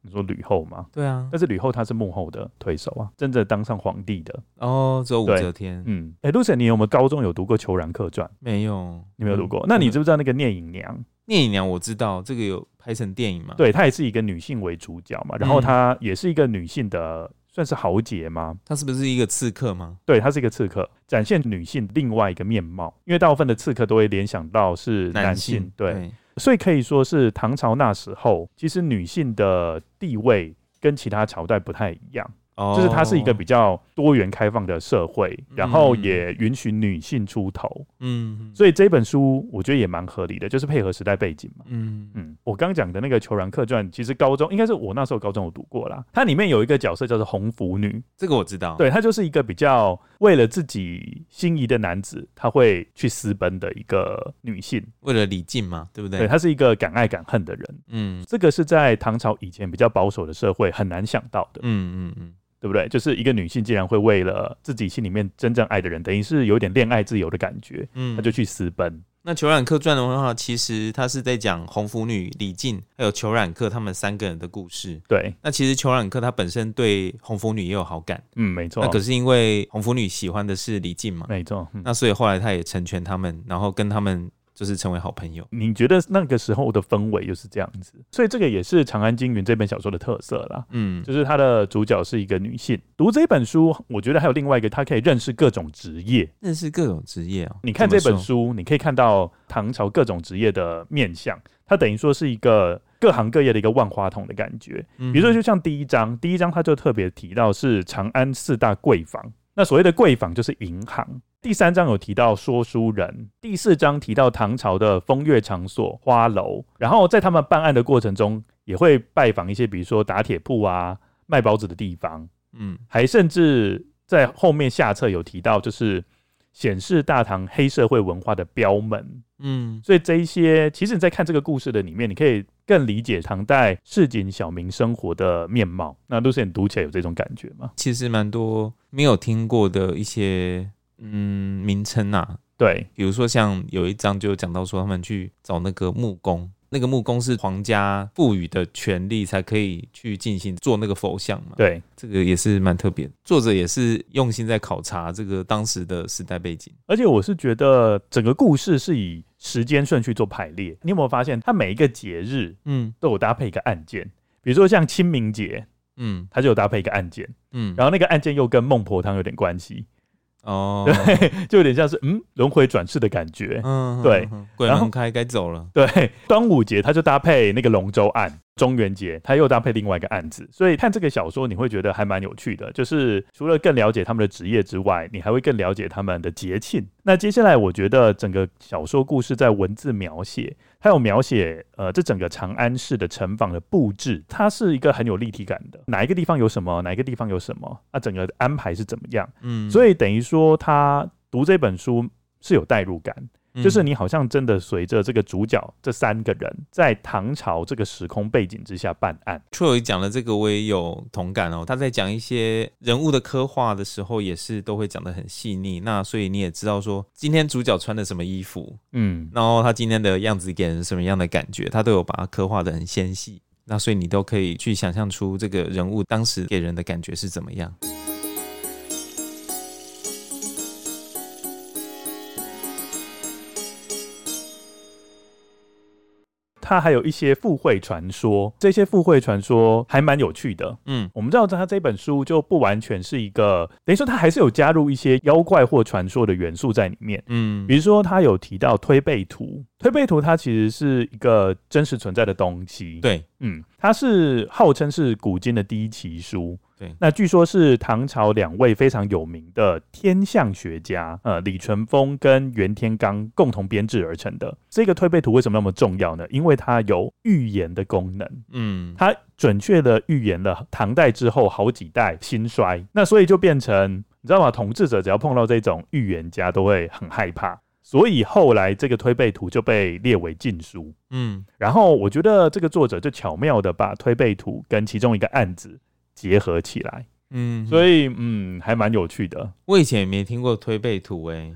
S2: 你说吕后吗？
S1: 对啊，
S2: 但是吕后她是幕后的推手啊，真的当上皇帝的。
S1: 只有武则天。
S2: Lucy， 你有没有高中有读过《虬髯客传》？
S1: 没有，
S2: 你没有读过。那你知不知道那个聂隐娘？
S1: 聂隐娘我知道，这个有拍成电影嘛？
S2: 对，她也是一个女性为主角嘛，然后她也是一个女性的，算是豪杰吗？
S1: 她是不是一个刺客吗？
S2: 对，她是一个刺客，展现女性另外一个面貌。因为大部分的刺客都会联想到是男性，对，所以可以说是唐朝那时候，其实女性的地位跟其他朝代不太一样。就是它是一个比较多元开放的社会，然后也允许女性出头，所以这本书我觉得也蛮合理的，就是配合时代背景嘛。我刚讲的那个《虬髯客传》，其实高中应该是我那时候高中有读过啦。它里面有一个角色叫做红拂女，
S1: 这个我知道。
S2: 对，她就是一个比较为了自己心仪的男子，她会去私奔的一个女性，
S1: 为了李靖嘛，对不对？
S2: 对，她是一个敢爱敢恨的人。这个是在唐朝以前比较保守的社会很难想到的。对不对？就是一个女性竟然会为了自己心里面真正爱的人，等于是有点恋爱自由的感觉，她就去私奔。
S1: 那《虬髯客传》的话，其实它是在讲红拂女、李靖还有虬髯客他们3个人的故事。
S2: 对，
S1: 那其实虬髯客他本身对红拂女也有好感，
S2: 没错。
S1: 那可是因为红拂女喜欢的是李靖嘛，
S2: 没错。
S1: 那所以后来他也成全他们，然后跟他们就是成为好朋友。
S2: 你觉得那个时候的氛围就是这样子，所以这个也是《长安惊云》这本小说的特色啦。就是它的主角是一个女性。读这本书，我觉得还有另外一个，她可以认识各种职业。
S1: 认识各种职业
S2: 你看这本书，你可以看到唐朝各种职业的面向，它等于说是一个各行各业的一个万花筒的感觉。比如说，就像第一章它就特别提到是长安4大柜坊。那所谓的柜坊就是银行。第3章有提到说书人，第4章提到唐朝的风月场所花楼，然后在他们办案的过程中，也会拜访一些比如说打铁铺啊、卖包子的地方，还甚至在后面下册有提到，就是显示大唐黑社会文化的标门。所以这一些，其实你在看这个故事的里面，你可以更理解唐代市井小民生活的面貌。那Lucy，你读起来有这种感觉吗？
S1: 其实蛮多没有听过的一些名称啊。
S2: 对，
S1: 比如说像有一章就讲到说他们去找那个木工，那个木工是皇家赋予的权利才可以去进行做那个佛像嘛。
S2: 对，
S1: 这个也是蛮特别的，作者也是用心在考察这个当时的时代背景。
S2: 而且我是觉得整个故事是以时间顺序做排列。你有没有发现它每一个节日都有搭配一个案件？比如说像清明节，它就有搭配一个案件，然后那个案件又跟孟婆汤有点关系。对，就有点像是轮回转世的感觉。对，
S1: 鬼门开该走了。
S2: 对，端午节它就搭配那个龙舟案，中元节它又搭配另外一个案子，所以看这个小说你会觉得还蛮有趣的，就是除了更了解他们的职业之外，你还会更了解他们的节庆。那接下来我觉得整个小说故事在文字描写，还有描写这整个长安市的城坊的布置，它是一个很有立体感的，哪一个地方有什么，哪一个地方有什么，整个安排是怎么样。所以等于说他读这本书是有代入感，就是你好像真的随着这个主角这3个人在唐朝这个时空背景之下办案。
S1: Troy 讲的这个我也有同感哦，他在讲一些人物的刻画的时候也是都会讲得很细腻，那所以你也知道说今天主角穿的什么衣服，然后他今天的样子给人什么样的感觉，他都有把它刻画得很纤细，那所以你都可以去想象出这个人物当时给人的感觉是怎么样。
S2: 它还有一些附会传说，这些附会传说还蛮有趣的。我们知道它这本书就不完全是一个，等于说它还是有加入一些妖怪或传说的元素在里面。比如说它有提到推背图，推背图它其实是一个真实存在的东西。
S1: 对，
S2: 它是号称是古今的第一奇书。
S1: 对，
S2: 那据说是唐朝2位非常有名的天象学家，李淳风跟袁天罡共同编制而成的。这个推背图为什么那么重要呢？因为它有预言的功能。它准确的预言了唐代之后好几代兴衰，那所以就变成你知道吗？统治者只要碰到这种预言家都会很害怕。所以后来这个推背图就被列为禁书。然后我觉得这个作者就巧妙的把推背图跟其中一个案子结合起来，所以还蛮有趣的。
S1: 我以前也没听过推背图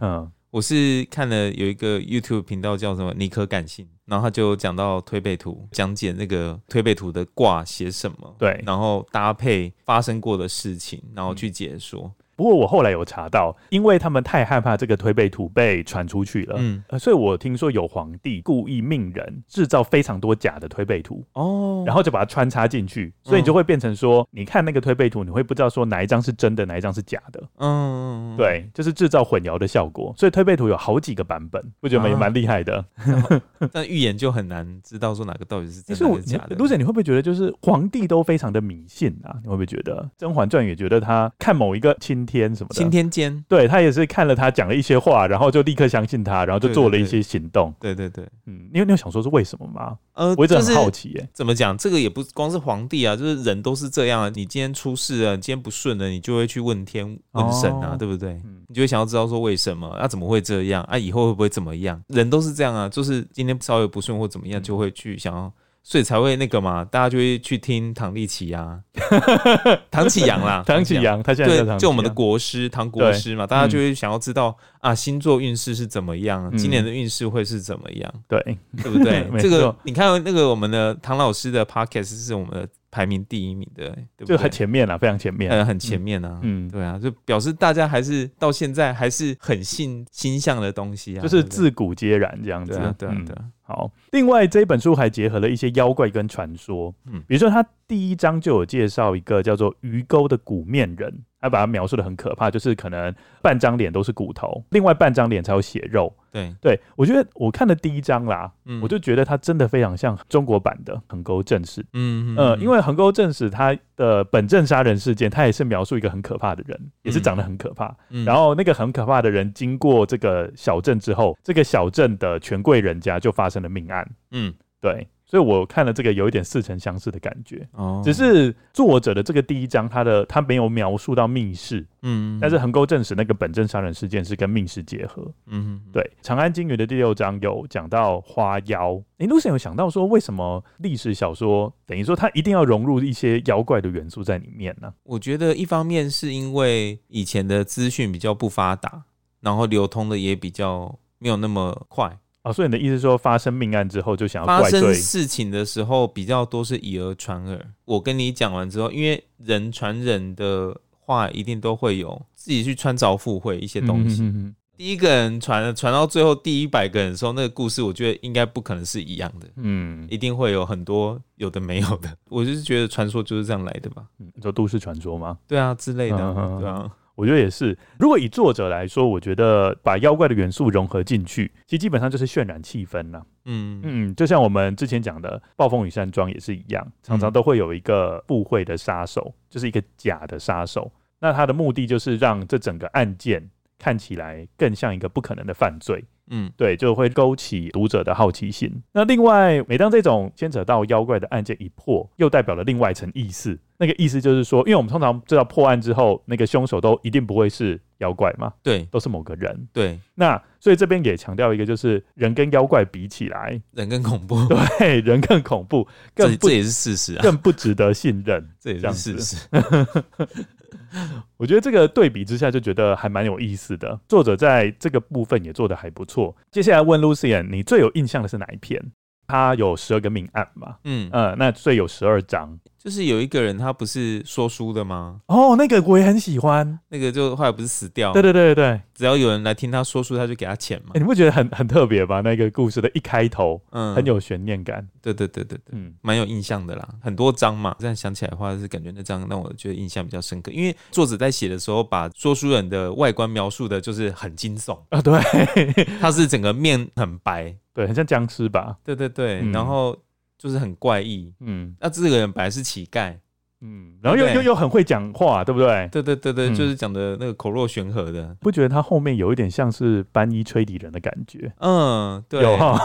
S1: 我是看了有一个 YouTube 频道叫什么尼可感性，然后他就讲到推背图，讲解那个推背图的卦写什么，
S2: 对，
S1: 然后搭配发生过的事情，然后去解说。
S2: 不过我后来有查到，因为他们太害怕这个推背图被传出去了，所以我听说有皇帝故意命人制造非常多假的推背图，然后就把它穿插进去，所以你就会变成说，你看那个推背图，你会不知道说哪一张是真的，哪一张是假的，对，就是制造混淆的效果。所以推背图有好几个版本，我觉得也蛮厉害的。
S1: 但预言就很难知道说哪个到底是真的还是假的。
S2: Lucy， 你会不会觉得就是皇帝都非常的迷信啊？你会不会觉得《甄嬛传》也觉得他看某一个钦天什么的，
S1: 钦天监，
S2: 对，他也是看了他讲了一些话，然后就立刻相信他，然后就做了一些行动。
S1: 对，
S2: 你有想说是为什么吗？我一直很好奇耶。
S1: 怎么讲？这个也不光是皇帝啊，就是人都是这样啊。你今天出事了，你今天不顺了，你就会去问天问神啊，对不对？你就会想要知道说为什么怎么会这样啊？以后会不会怎么样？人都是这样啊，就是今天稍微不顺或怎么样，就会去想要。所以才会那个嘛，大家就会去听唐立淇啊，唐启阳啦，
S2: 唐启阳，他现在在唐启阳，
S1: 就我们的国师唐国师嘛，大家就会想要知道星座运势是怎么样，今年的运势会是怎么样，
S2: 对
S1: 不对？这个你看那个我们的唐老师的 podcast 是我们的排名第1名的，对不对？
S2: 就很前面啊，非常前面，
S1: 很前面啊，对啊，就表示大家还是到现在还是很信星象的东西啊，
S2: 就是自古皆然这样子，
S1: 对啊。
S2: 好，另外这本书还结合了一些妖怪跟传说，比如说它第1章就有介绍一个叫做鱼钩的骨面人，他把它描述的很可怕，就是可能半张脸都是骨头，另外半张脸才有血肉。对，我觉得我看了第1章啦，我就觉得它真的非常像中国版的横沟正史。因为横沟正史它的本镇杀人事件，它也是描述一个很可怕的人，也是长得很可怕。然后那个很可怕的人经过这个小镇之后，这个小镇的权贵人家就发生了命案。对。所以我看了这个有一点似曾相识的感觉，只是作者的这个第1章他没有描述到密室，但是横沟正史那个本镇杀人事件是跟密室结合，对，长安惊云的第6章有讲到花妖，Lucy 有想到说为什么历史小说等于说它一定要融入一些妖怪的元素在里面呢？
S1: 我觉得一方面是因为以前的资讯比较不发达，然后流通的也比较没有那么快。
S2: 所以你的意思是说，发生命案之后就想要怪罪？
S1: 发生事情的时候比较多是以讹传讹。我跟你讲完之后，因为人传人的话，一定都会有自己去穿凿附会一些东西。第一个人传到最后第100个人的时候，那个故事我觉得应该不可能是一样的。一定会有很多有的没有的。我就是觉得传说就是这样来的吧。
S2: 你说都市传说吗？
S1: 对啊，之类的。对啊。
S2: 我觉得也是，如果以作者来说，我觉得把妖怪的元素融合进去，其实基本上就是渲染气氛啦。就像我们之前讲的暴风雨山庄也是一样，常常都会有一个附会的杀手，就是一个假的杀手，那他的目的就是让这整个案件看起来更像一个不可能的犯罪。对，就会勾起读者的好奇心。那另外，每当这种牵扯到妖怪的案件一破，又代表了另外一层意思。那个意思就是说，因为我们通常知道破案之后，那个凶手都一定不会是妖怪嘛，
S1: 对，
S2: 都是某个人。
S1: 对，
S2: 那所以这边也强调一个，就是人跟妖怪比起来，
S1: 人更恐怖。
S2: 对，人更恐怖，这
S1: 也是事实啊，
S2: 更不值得信任。
S1: 这也是事实。
S2: 我觉得这个对比之下就觉得还蛮有意思的，作者在这个部分也做得还不错。接下来问 Lucian， 你最有印象的是哪一篇？他有12个命案嘛？那所以有12章。
S1: 就是有一个人他不是说书的吗？
S2: 那个我也很喜欢，
S1: 那个就后来不是死掉？
S2: 对，
S1: 只要有人来听他说书，他就给他钱嘛。
S2: 你不觉得很特别吗？那个故事的一开头，很有悬念感。
S1: 对，蛮有印象的啦。很多章嘛，这样想起来的话，是感觉那章让我觉得印象比较深刻，因为作者在写的时候，把说书人的外观描述的就是很惊悚
S2: 啊。对，
S1: 他是整个面很白，
S2: 对，很像僵尸吧？
S1: 对，然后就是很怪异。那这个人本来是乞丐。
S2: 然后又很会讲话，对不对？
S1: 对，就是讲的那个口若悬河的，
S2: 不觉得他后面有一点像是班衣吹笛人的感觉？
S1: 对，
S2: 有哈，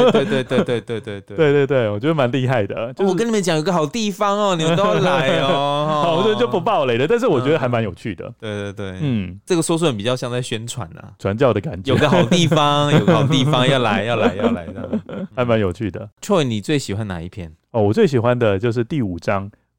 S1: 对，
S2: 我觉得蛮厉害的。
S1: 我跟你们讲有个好地方哦，你们都要来哦。
S2: 我就不爆雷了，但是我觉得还蛮有趣的。
S1: 对，这个说书人比较像在宣传啊，
S2: 传教的感觉。
S1: 有个好地方，要来的，
S2: 还蛮有趣的。
S1: Troy， 你最喜欢哪一篇？
S2: 我最喜欢的就是第5章。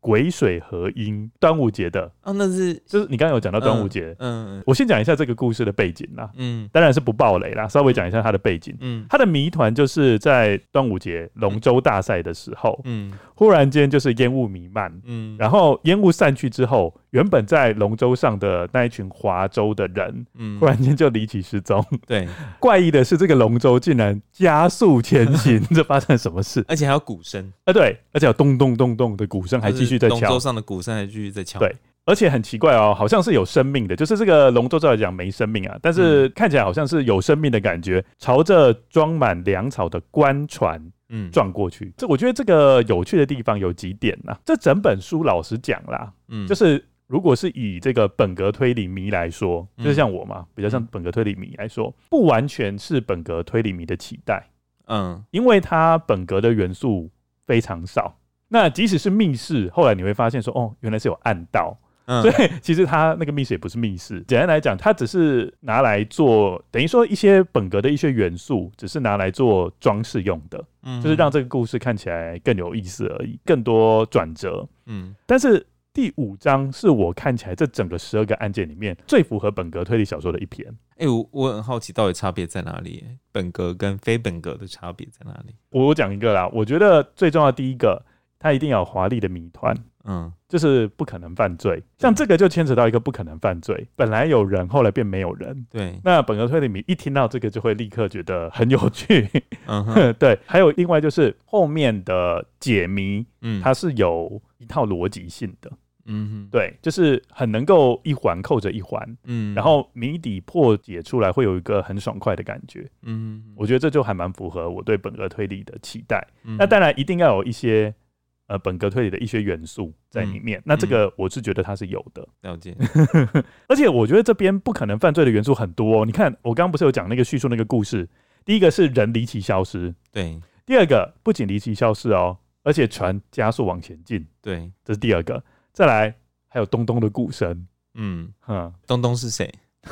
S2: 癸水合阴，端午节的
S1: 那是
S2: 就是你刚刚有讲到端午节，我先讲一下这个故事的背景啦，当然是不爆雷啦，稍微讲一下它的背景，它的谜团就是在端午节龙舟大赛的时候，忽然间就是烟雾弥漫，然后烟雾散去之后，原本在龙舟上的那一群划舟的人，忽然间就离奇失踪。
S1: 对，
S2: 怪异的是这个龙舟竟然加速前行，这发生什么事？
S1: 而且还有鼓声，
S2: 对，而且有咚咚咚咚的鼓声还继续在敲，
S1: 龙舟上的鼓声还继续在敲。
S2: 对，而且很奇怪哦，好像是有生命的，就是这个龙舟照来讲没生命啊，但是看起来好像是有生命的感觉，朝着装满粮草的官船撞过去。我觉得这个有趣的地方有几点啊。这整本书老实讲啦，就是如果是以这个本格推理迷来说，就是像我嘛，比较像本格推理迷来说，不完全是本格推理迷的期待，因为它本格的元素非常少。那即使是密室，后来你会发现说，原来是有暗道。所以其实它那个密室也不是密室，简单来讲，它只是拿来做，等于说一些本格的一些元素，只是拿来做装饰用的，就是让这个故事看起来更有意思而已，更多转折。但是第5章是我看起来这整个12个案件里面最符合本格推理小说的一篇。
S1: 我很好奇到底差别在哪里？本格跟非本格的差别在哪里？
S2: 我讲一个啦，我觉得最重要的第一个，它一定要有华丽的谜团。就是不可能犯罪，像这个就牵扯到一个不可能犯罪，本来有人，后来变没有人。对，那本格推理迷一听到这个就会立刻觉得很有趣。对，还有另外就是后面的解谜，它是有一套逻辑性的。对，就是很能够一环扣着一环，然后谜底破解出来会有一个很爽快的感觉。我觉得这就还蛮符合我对本格推理的期待。那当然一定要有一些本格推理的一些元素在里面，那这个我是觉得它是有的。
S1: 了解。
S2: 而且我觉得这边不可能犯罪的元素很多。你看我刚刚不是有讲那个叙述那个故事，第一个是人离奇消失，对，第二个不仅离奇消失而且船加速往前进，对，这是第二个。再来还有咚咚的鼓声，
S1: 咚咚是谁？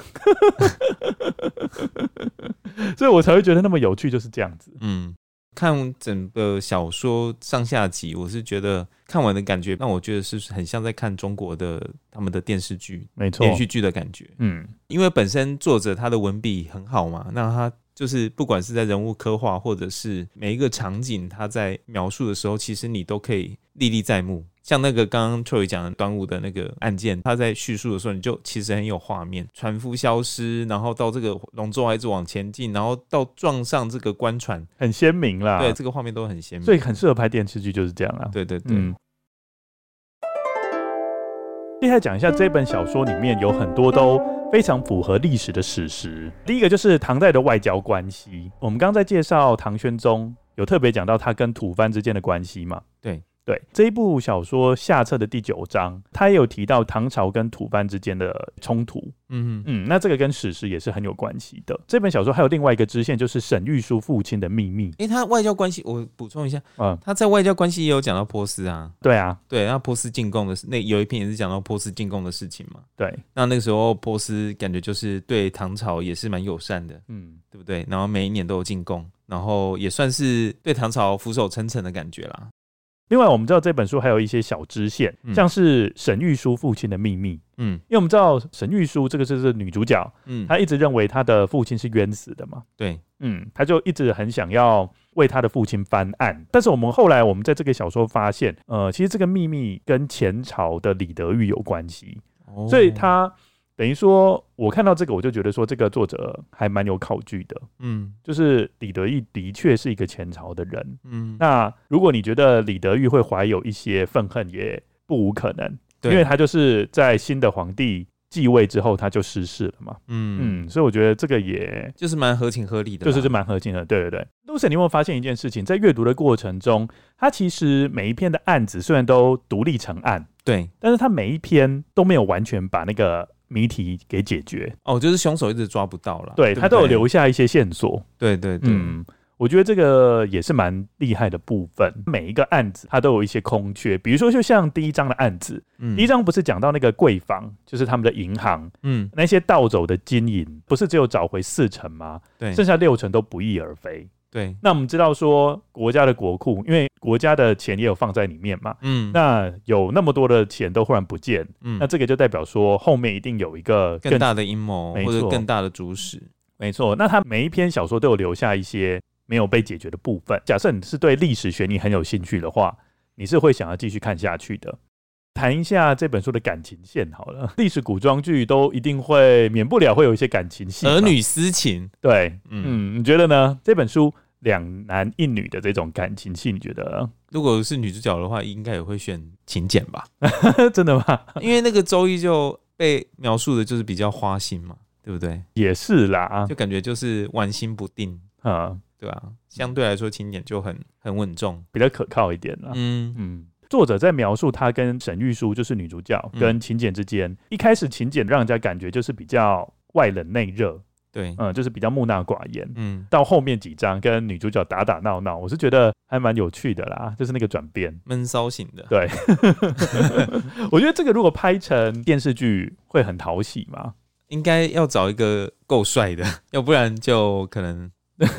S2: 所以我才会觉得那么有趣，就是这样子。
S1: 看整个小说上下集，我是觉得看完的感觉让我觉得是很像在看中国的他们的电视剧、没错，连续剧的感觉。因为本身作者他的文笔很好嘛，那他就是不管是在人物刻画，或者是每一个场景他在描述的时候，其实你都可以历历在目。像那个刚刚 Troy 讲的端午的那个案件，他在叙述的时候，你就其实很有画面，船夫消失，然后到这个龙舟还一直往前进，然后到撞上这个官船，
S2: 很鲜明啦。
S1: 对，这个画面都很鲜明，
S2: 所以很适合拍电视剧，就是这样啦。
S1: 对对对。
S2: 接下来讲一下这本小说里面有很多都非常符合历史的史实。第一个就是唐代的外交关系，我们刚刚在介绍唐玄宗有特别讲到他跟吐蕃之间的关系嘛？对，这一部小说下册的第9章，他也有提到唐朝跟吐蕃之间的冲突。那这个跟史实也是很有关系的。这本小说还有另外一个支线，就是沈玉书父亲的秘密。
S1: 他外交关系，我补充一下，他在外交关系也有讲到波斯啊。
S2: 对啊，
S1: 对，那波斯进贡的那有一篇也是讲到波斯进贡的事情嘛。
S2: 对，
S1: 那个时候波斯感觉就是对唐朝也是蛮友善的，对不对？然后每一年都有进贡，然后也算是对唐朝俯首称臣的感觉啦。
S2: 另外我们知道这本书还有一些小支线，像是沈玉书父亲的秘密。因为我们知道沈玉书这个是女主角，她一直认为她的父亲是冤死的嘛。对，她就一直很想要为她的父亲翻案。但是后来我们在这个小说发现，其实这个秘密跟前朝的李德裕有关系，所以她等于说，我看到这个我就觉得说，这个作者还蛮有考据的。就是李德裕的确是一个前朝的人。那如果你觉得李德裕会怀有一些愤恨，也不无可能，因为他就是在新的皇帝继位之后他就失势了嘛。所以我觉得这个也
S1: 就是蛮合情合理的，
S2: 就是蛮合情的。对对对。Lucy， 你有没有发现一件事情？在阅读的过程中，他其实每一篇的案子虽然都独立成案，对，但是他每一篇都没有完全把那个谜题给解决。
S1: 就是凶手一直抓不到了。
S2: 对，他都有留下一些线索。对对对。我觉得这个也是蛮厉害的部分。每一个案子它都有一些空缺，比如说就像第1章的案子，第1章不是讲到那个柜房，就是他们的银行，那些盗走的金银，不是只有找回4成吗？对，剩下6成都不翼而飞。
S1: 对，
S2: 那我们知道说国家的国库，因为国家的钱也有放在里面嘛，那有那么多的钱都忽然不见，那这个就代表说后面一定有一个
S1: 更大的阴谋或者更大的主使。
S2: 没错，那他每一篇小说都有留下一些没有被解决的部分。假设你是对历史悬疑很有兴趣的话，你是会想要继续看下去的。谈一下这本书的感情线好了，历史古装剧都一定会免不了会有一些感情戏，
S1: 儿女私情。
S2: 对，你觉得呢？这本书2男1女的这种感情戏，你觉得？
S1: 如果是女主角的话，应该也会选秦简吧？
S2: 真的吗？
S1: 因为那个周易就被描述的就是比较花心嘛，对不对？
S2: 也是啦，
S1: 就感觉就是玩心不定啊，对啊，相对来说秦简就很稳重，
S2: 比较可靠一点啦。作者在描述他跟沈玉书，就是女主角跟秦简之间，一开始秦简让人家感觉就是比较外冷内热，
S1: 对，
S2: 就是比较木讷寡言。到后面几章跟女主角打打闹闹，我是觉得还蛮有趣的啦，就是那个转变，
S1: 闷骚型的。
S2: 对，我觉得这个如果拍成电视剧会很讨喜嘛，
S1: 应该要找一个够帅的，要不然就可能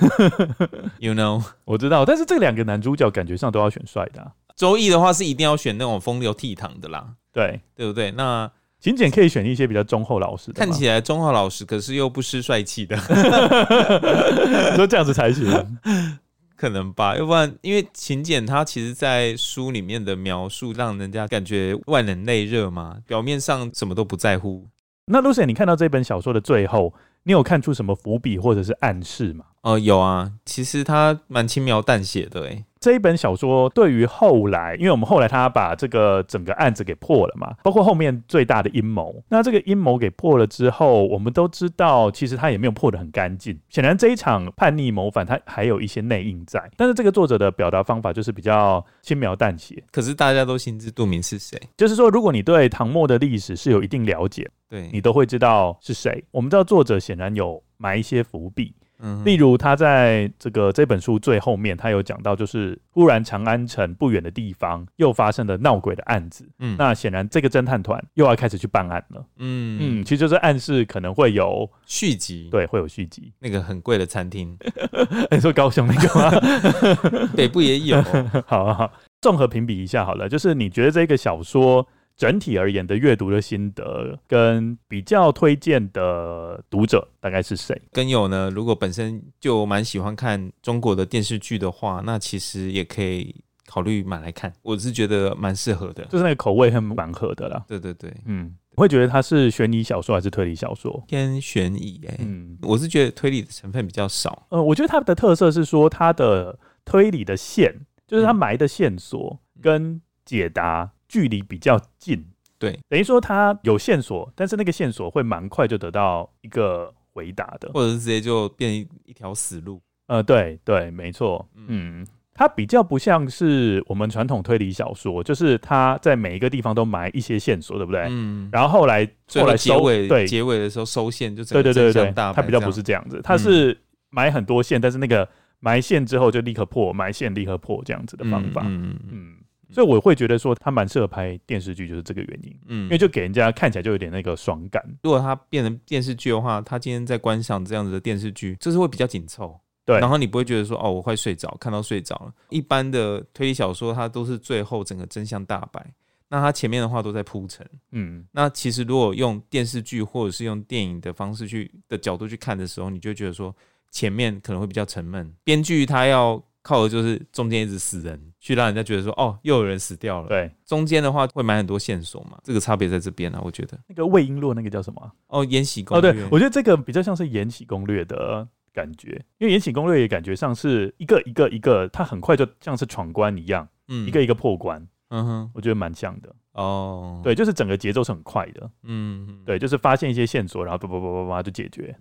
S1: ，you know，
S2: 我知道，但是这2个男主角感觉上都要选帅的。
S1: 周易的话是一定要选那种风流倜傥的啦，
S2: 对
S1: 不对？那
S2: 秦简可以选一些比较忠厚老实的，
S1: 看起来忠厚老实，可是又不失帅气的，
S2: 你说这样子才行，
S1: 可能吧？要不然，因为秦简他其实在书里面的描述，让人家感觉外冷内热嘛，表面上什么都不在乎。
S2: 那 Lucien， 你看到这本小说的最后，你有看出什么伏笔或者是暗示吗？
S1: 有啊，其实他蛮轻描淡写的欸。
S2: 这一本小说对于后来，因为我们后来他把这个整个案子给破了嘛，包括后面最大的阴谋，那这个阴谋给破了之后，我们都知道其实他也没有破得很干净，显然这一场叛逆谋反他还有一些内应在，但是这个作者的表达方法就是比较轻描淡写，
S1: 可是大家都心知肚明是谁，
S2: 就是说如果你对唐末的历史是有一定了解，
S1: 对，
S2: 你都会知道是谁。我们知道作者显然有埋一些伏笔，例如他在这本书最后面，他有讲到，就是忽然长安城不远的地方又发生了闹鬼的案子，那显然这个侦探团又要开始去办案了，其实就是暗示可能会有
S1: 续集，
S2: 对，会有续集。
S1: 那个很贵的餐厅，
S2: 你说高雄那个吗？
S1: 北部也有。
S2: 好，综合评比一下好了，就是你觉得这个小说整体而言的阅读的心得跟比较推荐的读者大概是谁？
S1: 跟友呢，如果本身就蛮喜欢看中国的电视剧的话，那其实也可以考虑买来看，我是觉得蛮适合的，
S2: 就是那个口味很蛮合的啦。
S1: 对对对，
S2: 我会觉得它是悬疑小说还是推理小说？
S1: 偏悬疑我是觉得推理的成分比较少。
S2: 我觉得它的特色是说它的推理的线，就是它埋的线索跟解答距离比较近，
S1: 对，
S2: 等于说他有线索，但是那个线索会蛮快就得到一个回答的，
S1: 或者是直接就变一条死路。
S2: 对对，没错，它比较不像是我们传统推理小说，就是它在每一个地方都埋一些线索，对不对？然后后来
S1: 结尾的时候收线，就整个真相大白。
S2: 它比较不是这样子，它是埋很多线，但是那个埋线之后就立刻破，埋线立刻破这样子的方法。所以我会觉得说它蛮适合拍电视剧，就是这个原因。因为就给人家看起来就有点那个爽感。
S1: 如果它变成电视剧的话，他今天在观赏这样子的电视剧，就是会比较紧凑。
S2: 对，
S1: 然后你不会觉得说我快睡着，看到睡着了。一般的推理小说它都是最后整个真相大白，那它前面的话都在铺陈。那其实如果用电视剧或者是用电影的方式的角度去看的时候，你就会觉得说前面可能会比较沉闷，编剧他要靠的就是中间一直死人，去让人家觉得说又有人死掉了。对，中间的话会埋很多线索嘛，这个差别在这边啊，我觉得。
S2: 那个魏璎珞那个叫什么？
S1: 延禧攻略。
S2: 对，我觉得这个比较像是延禧攻略的感觉，因为延禧攻略也感觉上是一个，它很快就像是闯关一样，一个一个破关。我觉得蛮像的。对，就是整个节奏是很快的。对，就是发现一些线索，然后叭就解决。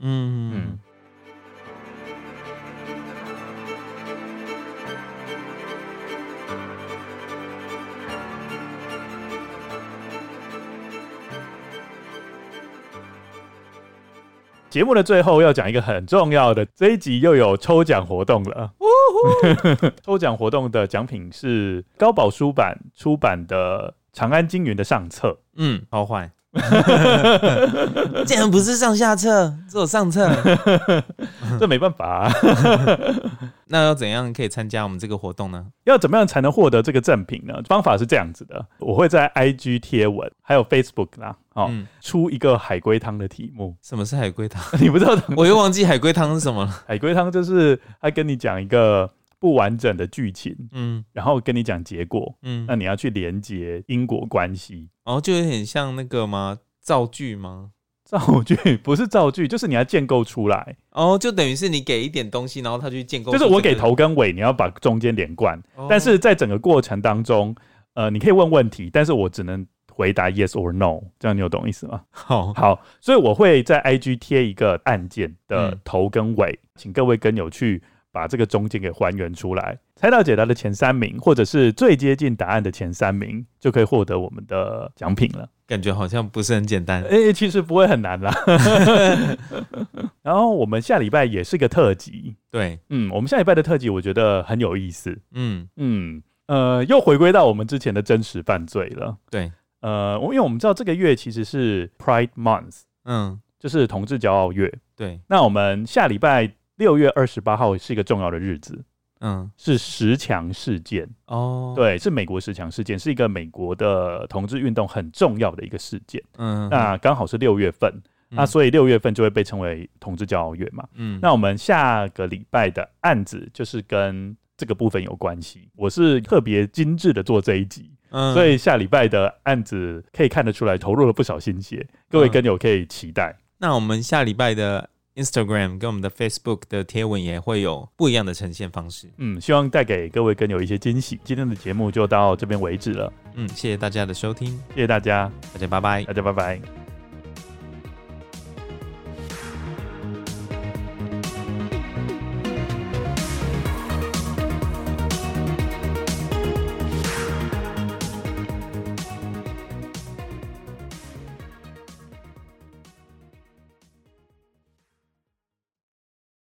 S2: 节目的最后要讲一个很重要的，这一集又有抽奖活动了。抽奖活动的奖品是高宝书版出版的《长安经云》的上册。
S1: 好坏。竟然不是上下册，只有上册。
S2: 这没办法啊。
S1: 那要怎样可以参加我们这个活动呢？
S2: 要怎么样才能获得这个赠品呢？方法是这样子的，我会在 IG 贴文还有 Facebook 啦，出一个海龟汤的题目。
S1: 什么是海龟汤？
S2: 你不知道？
S1: 我又忘记海龟汤是什么了。
S2: 海龟汤就是他跟你讲一个不完整的剧情，然后跟你讲结果，那你要去连结因果关系。
S1: 就有点像那个吗？造句吗？
S2: 造句不是造句，就是你要建构出来。
S1: 就等于是你给一点东西，然后他去建构出。
S2: 就是我给头跟尾，你要把中间连贯。但是在整个过程当中，你可以问问题，但是我只能回答 yes or no， 这样你有懂意思吗？好，所以我会在 IG 贴一个案件的头跟尾，请各位跟友去把这个中间给还原出来。猜到解答的前3名，或者是最接近答案的前3名，就可以获得我们的奖品了。
S1: 感觉好像不是很简单。
S2: 其实不会很难啦。然后我们下礼拜也是个特辑。
S1: 对，
S2: 我们下礼拜的特辑我觉得很有意思。又回归到我们之前的真实犯罪了。
S1: 对，
S2: 因为我们知道这个月其实是 Pride Month，就是同志骄傲月。
S1: 对，
S2: 那我们下礼拜6月28号是一个重要的日子。是10强事件。对，是美国10强事件，是一个美国的同志运动很重要的一个事件。那刚好是6月份，那所以6月份就会被称为同志骄傲月嘛。那我们下个礼拜的案子就是跟这个部分有关系，我是特别精致的做这一集。所以下礼拜的案子可以看得出来投入了不少心血，各位跟友可以期待。
S1: 那我们下礼拜的Instagram 跟我们的 Facebook 的贴文也会有不一样的呈现方式。
S2: 希望带给各位跟友一些惊喜。今天的节目就到这边为止了。
S1: 谢谢大家的收听，
S2: 谢谢大家，
S1: 大家拜拜，
S2: 大家拜拜。